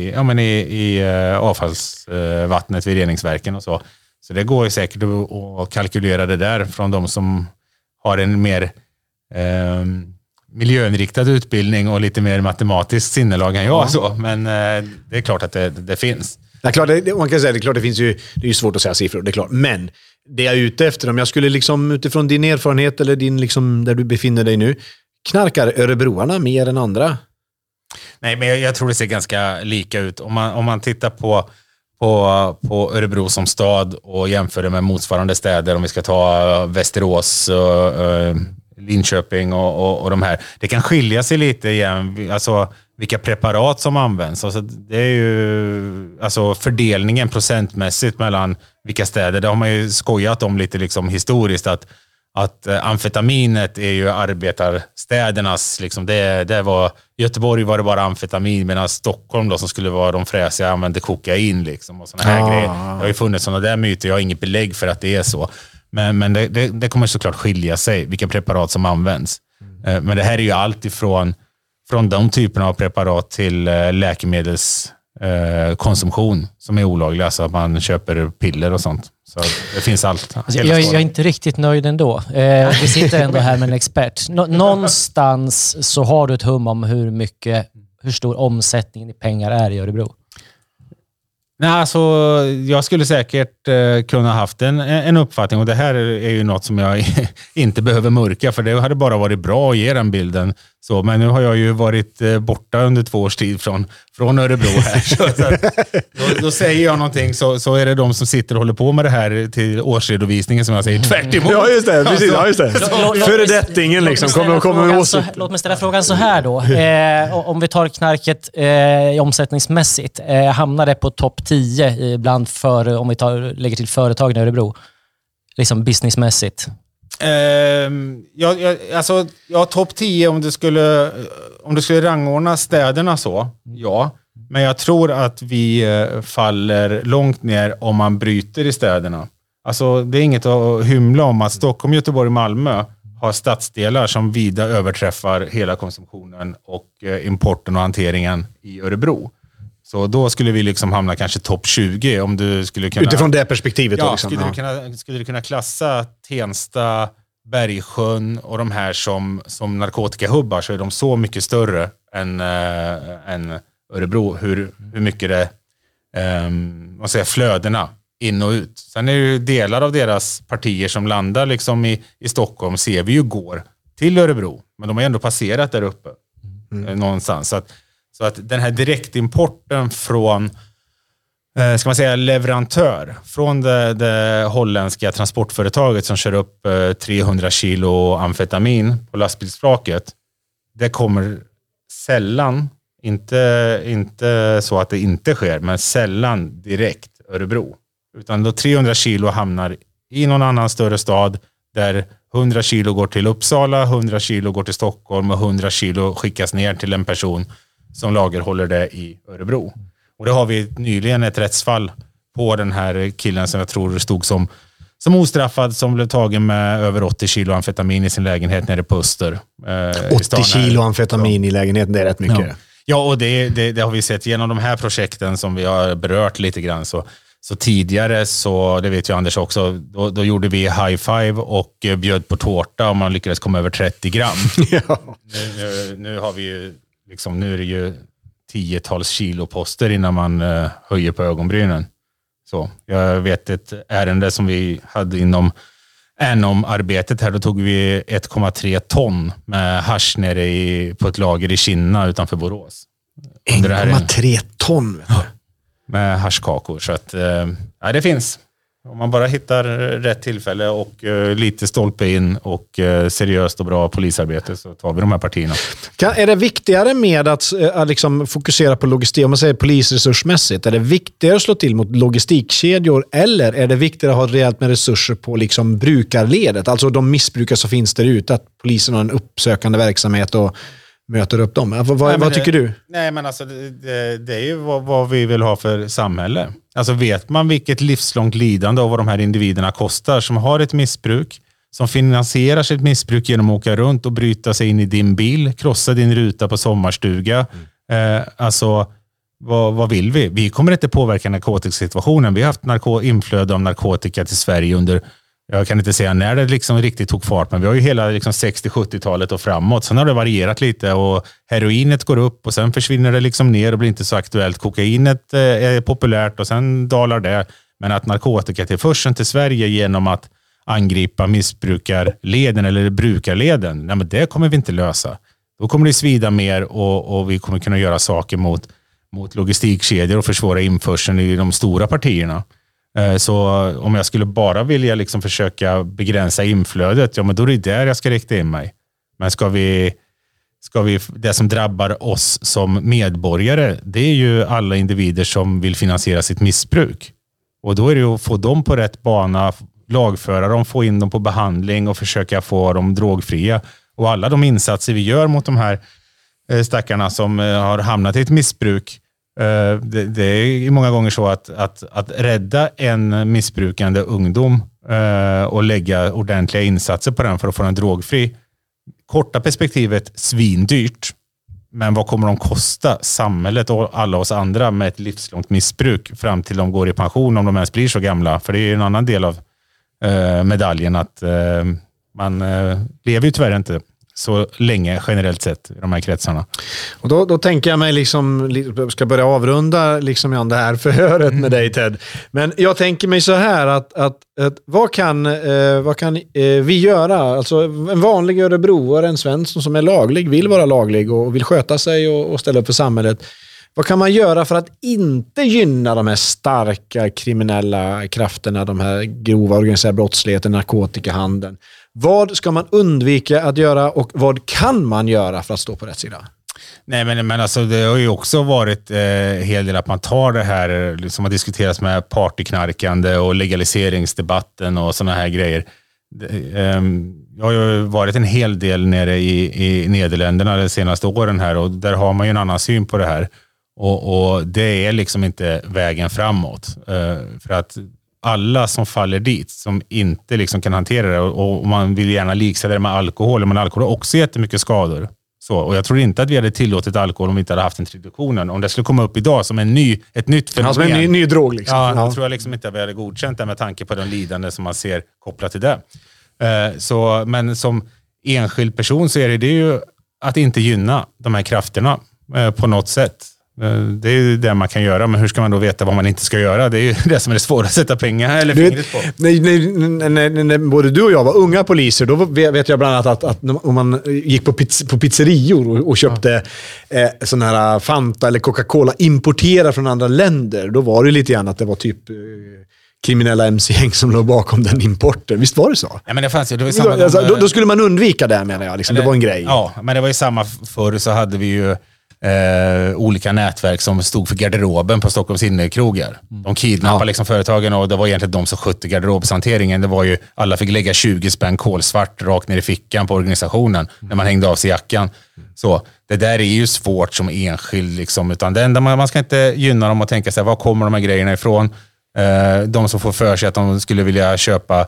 i avfallsvattnet vid reningsverken och så. Så det går ju säkert att kalkylera det där från de som har en mer miljöinriktad utbildning och lite mer matematiskt sinnelag än jag. Så. Men det är klart att det finns. Ja, klart, man kan säga det är klart, det finns ju, det är ju svårt att säga siffror, det är klart. Men det jag är ute efter, om jag skulle liksom utifrån din erfarenhet eller din liksom där du befinner dig nu, knarkar örebroarna mer än andra? Nej, men jag tror det ser ganska lika ut. Om man tittar på Örebro som stad och jämför det med motsvarande städer, om vi ska ta Västerås och Linköping och de här. Det kan skilja sig lite igen, alltså vilka preparat som används. Alltså, det är ju alltså fördelningen procentmässigt mellan vilka städer. Det har man ju skojat om lite liksom historiskt att amfetaminet är ju arbetarstädernas liksom, det var Göteborg var det bara amfetamin, medan Stockholm då som skulle vara de fräsiga använde kokain liksom och såna här grejer. Det har ju funnits sådana där myter, jag har inget belägg för att det är så. Men det kommer såklart skilja sig vilka preparat som används. Men det här är ju allt ifrån de typerna av preparat till läkemedelskonsumtion som är olagliga, alltså att man köper piller och sånt. Så det finns allt. Alltså, jag är inte riktigt nöjd ändå. Vi sitter ändå här med en expert. Någonstans så har du ett hum om hur stor omsättningen i pengar är i Örebro. Nej, alltså, jag skulle säkert kunna haft en uppfattning, och det här är ju något som jag inte behöver mörka, för det hade bara varit bra att ge den bilden. Så, men nu har jag ju varit borta under 2 års tid från Örebro här. Så då säger jag någonting så är det de som sitter och håller på med det här till årsredovisningen som jag säger tvärt emot. Ja, just det. Precis, ja, just det. Föredettingen liksom. Låt mig ställa frågan så här då. Om vi tar knarket omsättningsmässigt. Hamnar det på topp 10 bland om vi lägger till företagen i Örebro? Liksom businessmässigt. Topp 10 om du skulle rangordna städerna så, ja. Men jag tror att vi faller långt ner om man bryter i städerna. Alltså det är inget att hymla om att Stockholm, Göteborg och Malmö har stadsdelar som vida överträffar hela konsumtionen och importen och hanteringen i Örebro. Så då skulle vi liksom hamna kanske topp 20 om du skulle kunna... Utifrån det perspektivet då, ja, liksom. Skulle du kunna klassa Tensta, Bergsjön och de här som narkotikahubbar, så är de så mycket större än Örebro. Hur mycket det flödena in och ut. Sen är det ju delar av deras partier som landar liksom i Stockholm, ser vi ju går till Örebro. Men de har ändå passerat där uppe någonstans. Så att den här direktimporten från ska man säga leverantör från det holländska transportföretaget som kör upp 300 kilo amfetamin på lastbilsflaket, det kommer sällan, inte så att det inte sker, men sällan direkt Örebro. Utan då 300 kilo hamnar i någon annan större stad där 100 kilo går till Uppsala, 100 kilo går till Stockholm och 100 kilo skickas ner till en person som lagerhåller det i Örebro. Och det har vi nyligen ett rättsfall på den här killen som jag tror stod som ostraffad, som blev tagen med över 80 kilo amfetamin i sin lägenhet nere på Öster. 80 kilo amfetamin i lägenheten, det är rätt mycket. Ja, och det har vi sett genom de här projekten som vi har berört lite grann. Så tidigare, så det vet ju Anders också, då gjorde vi high five och bjöd på tårta om man lyckades komma över 30 gram. Ja. Nu har vi ju liksom, nu är det ju 10-tals kilo poster innan man höjer på ögonbrynen. Så jag vet ett ärende som vi hade inom arbetet här, då tog vi 1,3 ton med hasch nere på ett lager i Kinna utanför Borås. 1,3 ton, vet du. Med haschkakor, så att det finns. Om man bara hittar rätt tillfälle och lite stolpe in och seriöst och bra polisarbete, så tar vi de här partierna. Är det viktigare med att liksom fokusera på logistik, om man säger polisresursmässigt, är det viktigare att slå till mot logistikkedjor, eller är det viktigare att ha rejält med resurser på liksom brukarledet, alltså de missbrukare som finns där ute, att polisen har en uppsökande verksamhet och möter upp dem. Vad tycker du? Nej, men alltså det är ju vad vi vill ha för samhälle. Alltså vet man vilket livslångt lidande och vad de här individerna kostar som har ett missbruk, som finansierar sitt missbruk genom att åka runt och bryta sig in i din bil, krossa din ruta på sommarstuga. Alltså, vad vill vi? Vi kommer inte påverka narkotikasituationen. Vi har haft inflöde av narkotika till Sverige under, jag kan inte säga när det liksom riktigt tog fart, men vi har ju hela liksom 60-70-talet och framåt. Sen har det varierat lite och heroinet går upp och sen försvinner det liksom ner och blir inte så aktuellt. Kokainet är populärt och sen dalar det. Men att narkotikatillförseln till Sverige genom att angripa missbrukarleden eller brukarleden, nej men det kommer vi inte lösa. Då kommer det svida mer och vi kommer kunna göra saker mot logistikkedjor och försvåra införseln i de stora partierna. Så om jag skulle bara vilja liksom försöka begränsa inflödet, ja men då är det där jag ska rikta in mig. Men ska vi det som drabbar oss som medborgare, det är ju alla individer som vill finansiera sitt missbruk. Och då är det ju att få dem på rätt bana, lagföra dem, få in dem på behandling och försöka få dem drogfria. Och alla de insatser vi gör mot de här stackarna som har hamnat i ett missbruk, det är många gånger så att rädda en missbrukande ungdom och lägga ordentliga insatser på den för att få den drogfri. Korta perspektivet svindyrt, men vad kommer de kosta samhället och alla oss andra med ett livslångt missbruk fram till de går i pension, om de ens blir så gamla? För det är en annan del av medaljen att man lever ju tyvärr inte så länge generellt sett i de här kretsarna. Och då tänker jag mig liksom, jag ska börja avrunda liksom det här förhöret med dig, Ted. Men jag tänker mig så här att vad kan vi göra? Alltså en vanlig örebroare, en svensk som är laglig, vill vara laglig och vill sköta sig och ställa upp för samhället. Vad kan man göra för att inte gynna de här starka kriminella krafterna, de här grova organiserade brottsligheten, narkotikahandeln? Vad ska man undvika att göra och vad kan man göra för att stå på rätt sida? Nej, men alltså det har ju också varit hel del att man tar det här som har diskuterats med partyknarkande och legaliseringsdebatten och såna här grejer. Jag har ju varit en hel del nere i Nederländerna de senaste åren här och där har man ju en annan syn på det här. Och det är liksom inte vägen framåt. För att alla som faller dit, som inte liksom kan hantera det, och man vill gärna likställa det med alkohol, men alkohol har också jättemycket skador. Så, och jag tror inte att vi hade tillåtit alkohol om vi inte hade haft introduktionen. Om det skulle komma upp idag som ett nytt fenomen. Alltså en ny drog liksom. Ja, då tror jag liksom inte att vi hade godkänt det med tanke på den lidande som man ser kopplat till det. Men som enskild person så är det ju att inte gynna de här krafterna på något sätt. Det är ju det man kan göra, men hur ska man då veta vad man inte ska göra? Det är ju det som är det svåra att sätta pengar eller fingret på. När både du och jag var unga poliser, då vet jag bland annat att om man gick på pizzerior och köpte sån här Fanta eller Coca-Cola importerade från andra länder, då var det lite grann att det var typ kriminella MC-gäng som låg bakom den importen. Visst var det så? Ja, men det fanns ju, det var samma då skulle man undvika det, menar jag. Liksom. Det var en grej. Ja, men det var ju samma förr, så hade vi ju olika nätverk som stod för garderoben på Stockholms innekrogar. De kidnappade liksom företagen och det var egentligen de som skötte garderobshanteringen. Det var ju, alla fick lägga 20 spänn kolsvart rakt ner i fickan på organisationen när man hängde av sig jackan. Så det där är ju svårt som enskild liksom, utan det enda man ska inte gynna dem och tänka sig, var kommer de här grejerna ifrån? De som får för sig att de skulle vilja köpa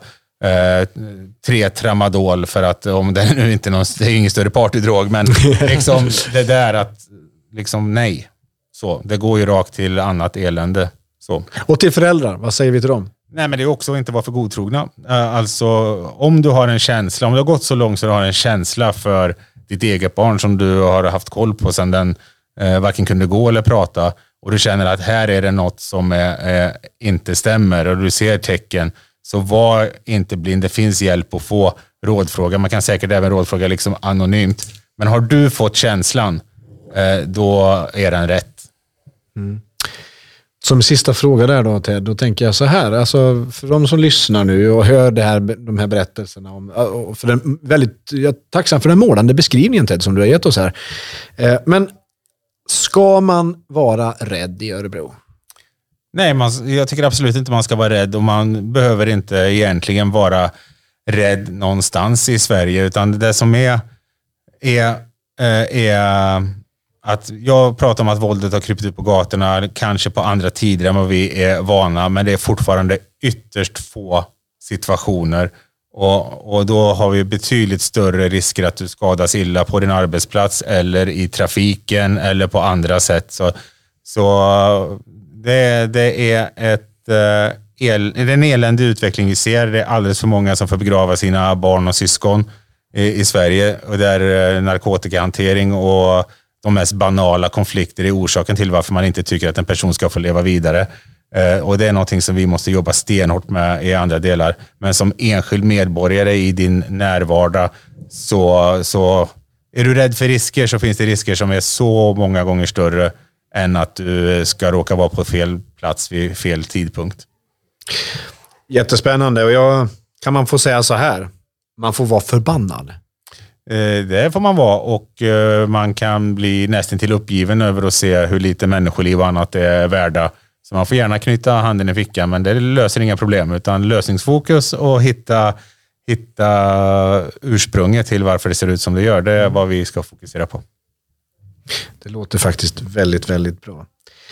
3 tramadol för att, om det är nu inte någon, det är ingen större partydrog, men liksom det där att liksom nej. Så, det går ju rakt till annat elände. Så. Och till föräldrar, vad säger vi till dem? Nej, men det är också att inte vara för godtrogna. Alltså, om du har en känsla, om du har gått så långt så du har en känsla för ditt eget barn som du har haft koll på sedan den varken kunde gå eller prata, och du känner att här är det något som inte stämmer och du ser tecken, så var inte blind. Det finns hjälp att få rådfråga. Man kan säkert även rådfråga liksom anonymt. Men har du fått känslan, då är den rätt. Mm. Som sista fråga där då, Ted, då tänker jag så här. Alltså, för de som lyssnar nu och hör de här berättelserna om, och för jag är tacksam för den målande beskrivningen, Ted, som du har gett oss här. Men ska man vara rädd i Örebro? Nej, jag tycker absolut inte man ska vara rädd, och man behöver inte egentligen vara rädd någonstans i Sverige, utan det som är är att jag pratar om att våldet har krypit ut på gatorna, kanske på andra tider än vad vi är vana, men det är fortfarande ytterst få situationer. Och då har vi betydligt större risker att du skadas illa på din arbetsplats eller i trafiken eller på andra sätt. Så det är en eländig utveckling vi ser. Det är alldeles för många som får begrava sina barn och syskon i Sverige. Och där narkotikahantering och de mest banala konflikter är orsaken till varför man inte tycker att en person ska få leva vidare. Och det är någonting som vi måste jobba stenhårt med i andra delar. Men som enskild medborgare i din närvardag så är du rädd för risker, så finns det risker som är så många gånger större än att du ska råka vara på fel plats vid fel tidpunkt. Jättespännande, och kan man få säga så här, man får vara förbannad. Det får man vara, och man kan bli nästan till uppgiven över att se hur lite människoliv och annat är värda. Så man får gärna knyta handen i fickan, men det löser inga problem, utan lösningsfokus och hitta ursprunget till varför det ser ut som det gör. Det är vad vi ska fokusera på. Det låter faktiskt väldigt, väldigt bra.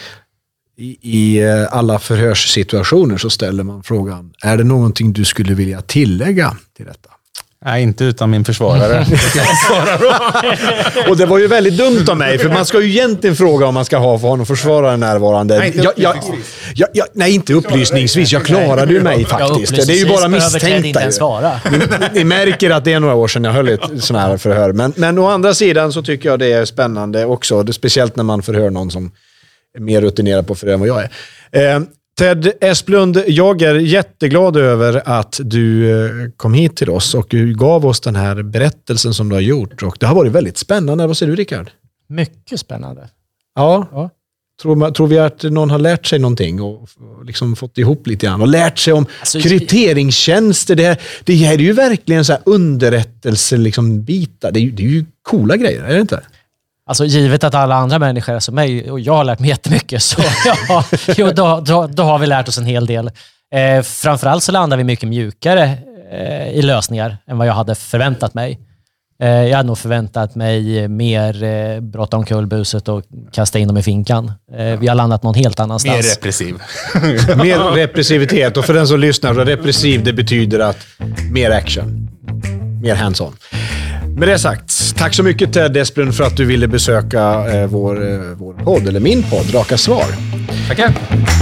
I alla förhörssituationer så ställer man frågan, är det någonting du skulle vilja tillägga till detta? Nej, inte utan min försvarare. Och det var ju väldigt dumt av mig, för man ska ju egentligen fråga om man ska ha för honom försvarare närvarande. Nej, inte upplysningsvis. Jag klarade ju mig faktiskt. Det är ju bara misstänkta. Ni märker att det är några år sedan jag höll ett sån här förhör. Men å andra sidan så tycker jag det är spännande också. Speciellt när man förhör någon som är mer rutinerad på förhör än vad jag är. Ted Esplund, jag är jätteglad över att du kom hit till oss och gav oss den här berättelsen som du har gjort. Och det har varit väldigt spännande. Vad säger du, Rickard? Mycket spännande. Ja. Tror vi att någon har lärt sig någonting och liksom fått ihop lite grann och lärt sig om krypteringstjänster. Det här är ju verkligen så här underrättelse liksom bitar. Det är ju coola grejer, är det inte? Alltså givet att alla andra människor är som mig och jag har lärt mig jättemycket, så då har vi lärt oss en hel del. Framförallt så landar vi mycket mjukare i lösningar än vad jag hade förväntat mig. Jag hade nog förväntat mig mer brotta omkull buset och kasta in dem i finkan. Vi har landat någon helt annanstans. Mer repressiv. Mer repressivitet. Och för den som lyssnar, repressiv, det betyder att mer action. Mer hands-on. Med det sagt, tack så mycket Ted Esplund för att du ville besöka vår podd, eller min podd, Raka Svar. Tackar.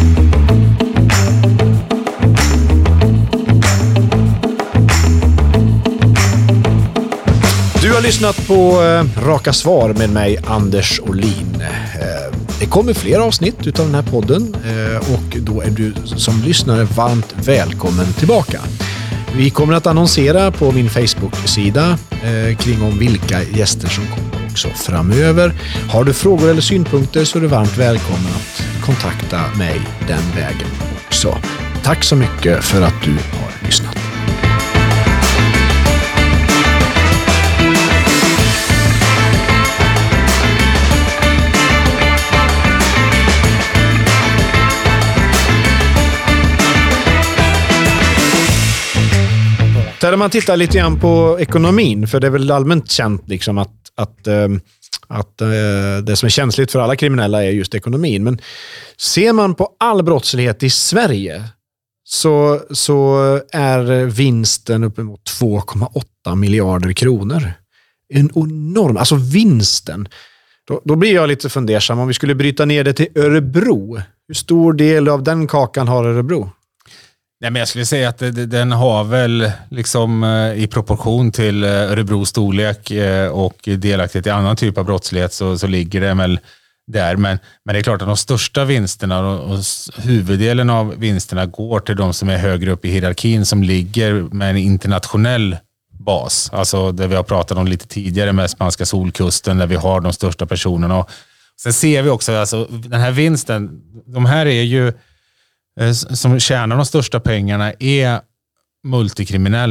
Du har lyssnat på Raka Svar med mig, Anders Olin. Det kommer fler avsnitt utav den här podden och då är du som lyssnare varmt välkommen tillbaka. Vi kommer att annonsera på min Facebook-sida kring om vilka gäster som kommer också framöver. Har du frågor eller synpunkter så är du varmt välkommen att kontakta mig den vägen också. Tack så mycket för att du har lyssnat. När man tittar lite grann på ekonomin, för det är väl allmänt känt liksom att det som är känsligt för alla kriminella är just ekonomin. Men ser man på all brottslighet i Sverige så är vinsten uppemot 2,8 miljarder kronor. En enorm, alltså vinsten. Då blir jag lite fundersam om vi skulle bryta ner det till Örebro. Hur stor del av den kakan har Örebro? Nej, men jag skulle säga att den har väl liksom i proportion till Örebros storlek och delaktighet i annan typ av brottslighet så ligger det väl där. Men det är klart att de största vinsterna och huvuddelen av vinsterna går till de som är högre upp i hierarkin, som ligger med en internationell bas. Alltså det vi har pratat om lite tidigare med spanska solkusten, där vi har de största personerna. Och sen ser vi också alltså, den här vinsten, de här är ju som tjänar de största pengarna är multikriminella,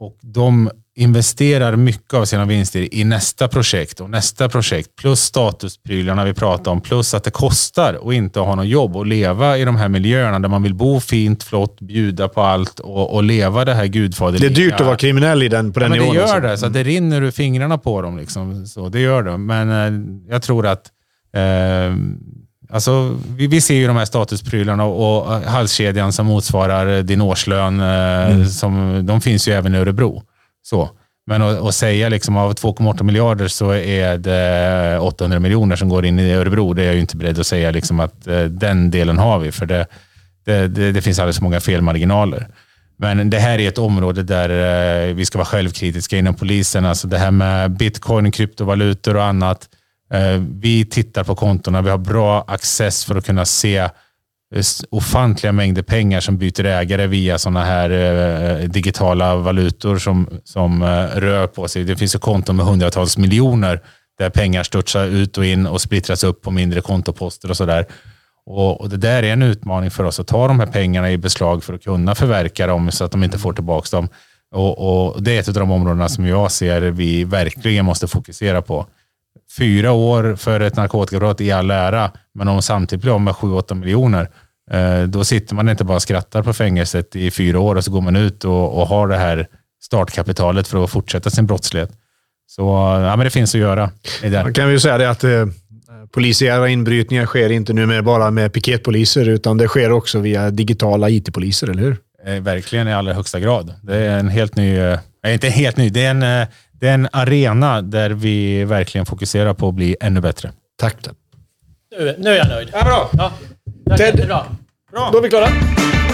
Och de investerar mycket av sina vinster i nästa projekt och nästa projekt. Plus statusprylarna vi pratar om. Plus att det kostar att inte ha något jobb och leva i de här miljöerna där man vill bo fint, flott, bjuda på allt och leva det här gudfaderliga. Det är dyrt att vara kriminell på den nivån. Det gör det, så att det rinner ur fingrarna på dem. Liksom. Så det gör det. Men jag tror att alltså, vi ser ju de här statusprylarna och halskedjan som motsvarar din årslön. De finns ju även i Örebro. Så. Men att säga liksom av 2,8 miljarder så är det 800 miljoner som går in i Örebro. Det är jag ju inte beredd att säga liksom att den delen har vi. För det finns alldeles många felmarginaler. Men det här är ett område där vi ska vara självkritiska inom polisen. Alltså det här med bitcoin, kryptovalutor och annat. Vi tittar på kontona. Vi har bra access för att kunna se ofantliga mängder pengar som byter ägare via sådana här digitala valutor som rör på sig. Det finns ju konton med hundratals miljoner där pengar störtsar ut och in och splittras upp på mindre kontoposter och sådär. Och det där är en utmaning för oss att ta de här pengarna i beslag för att kunna förverka dem så att de inte får tillbaka dem. Och det är ett av de områdena som jag ser vi verkligen måste fokusera på. 4 år för ett narkotikabrott i all ära, men om samtidigt blir om med 7-8 miljoner, då sitter man inte bara och skrattar på fängelset i 4 år och så går man ut och har det här startkapitalet för att fortsätta sin brottslighet. Så ja, men det finns att göra. Man kan ju säga det att polisiära inbrytningar sker inte nu bara med piketpoliser, utan det sker också via digitala IT-poliser, eller hur? Verkligen i allra högsta grad. Det är en helt ny, inte helt ny, det är en arena där vi verkligen fokuserar på att bli ännu bättre. Tack. Nu är jag nöjd. Ja, bra. Ja, Ted, bra. Då är vi klara.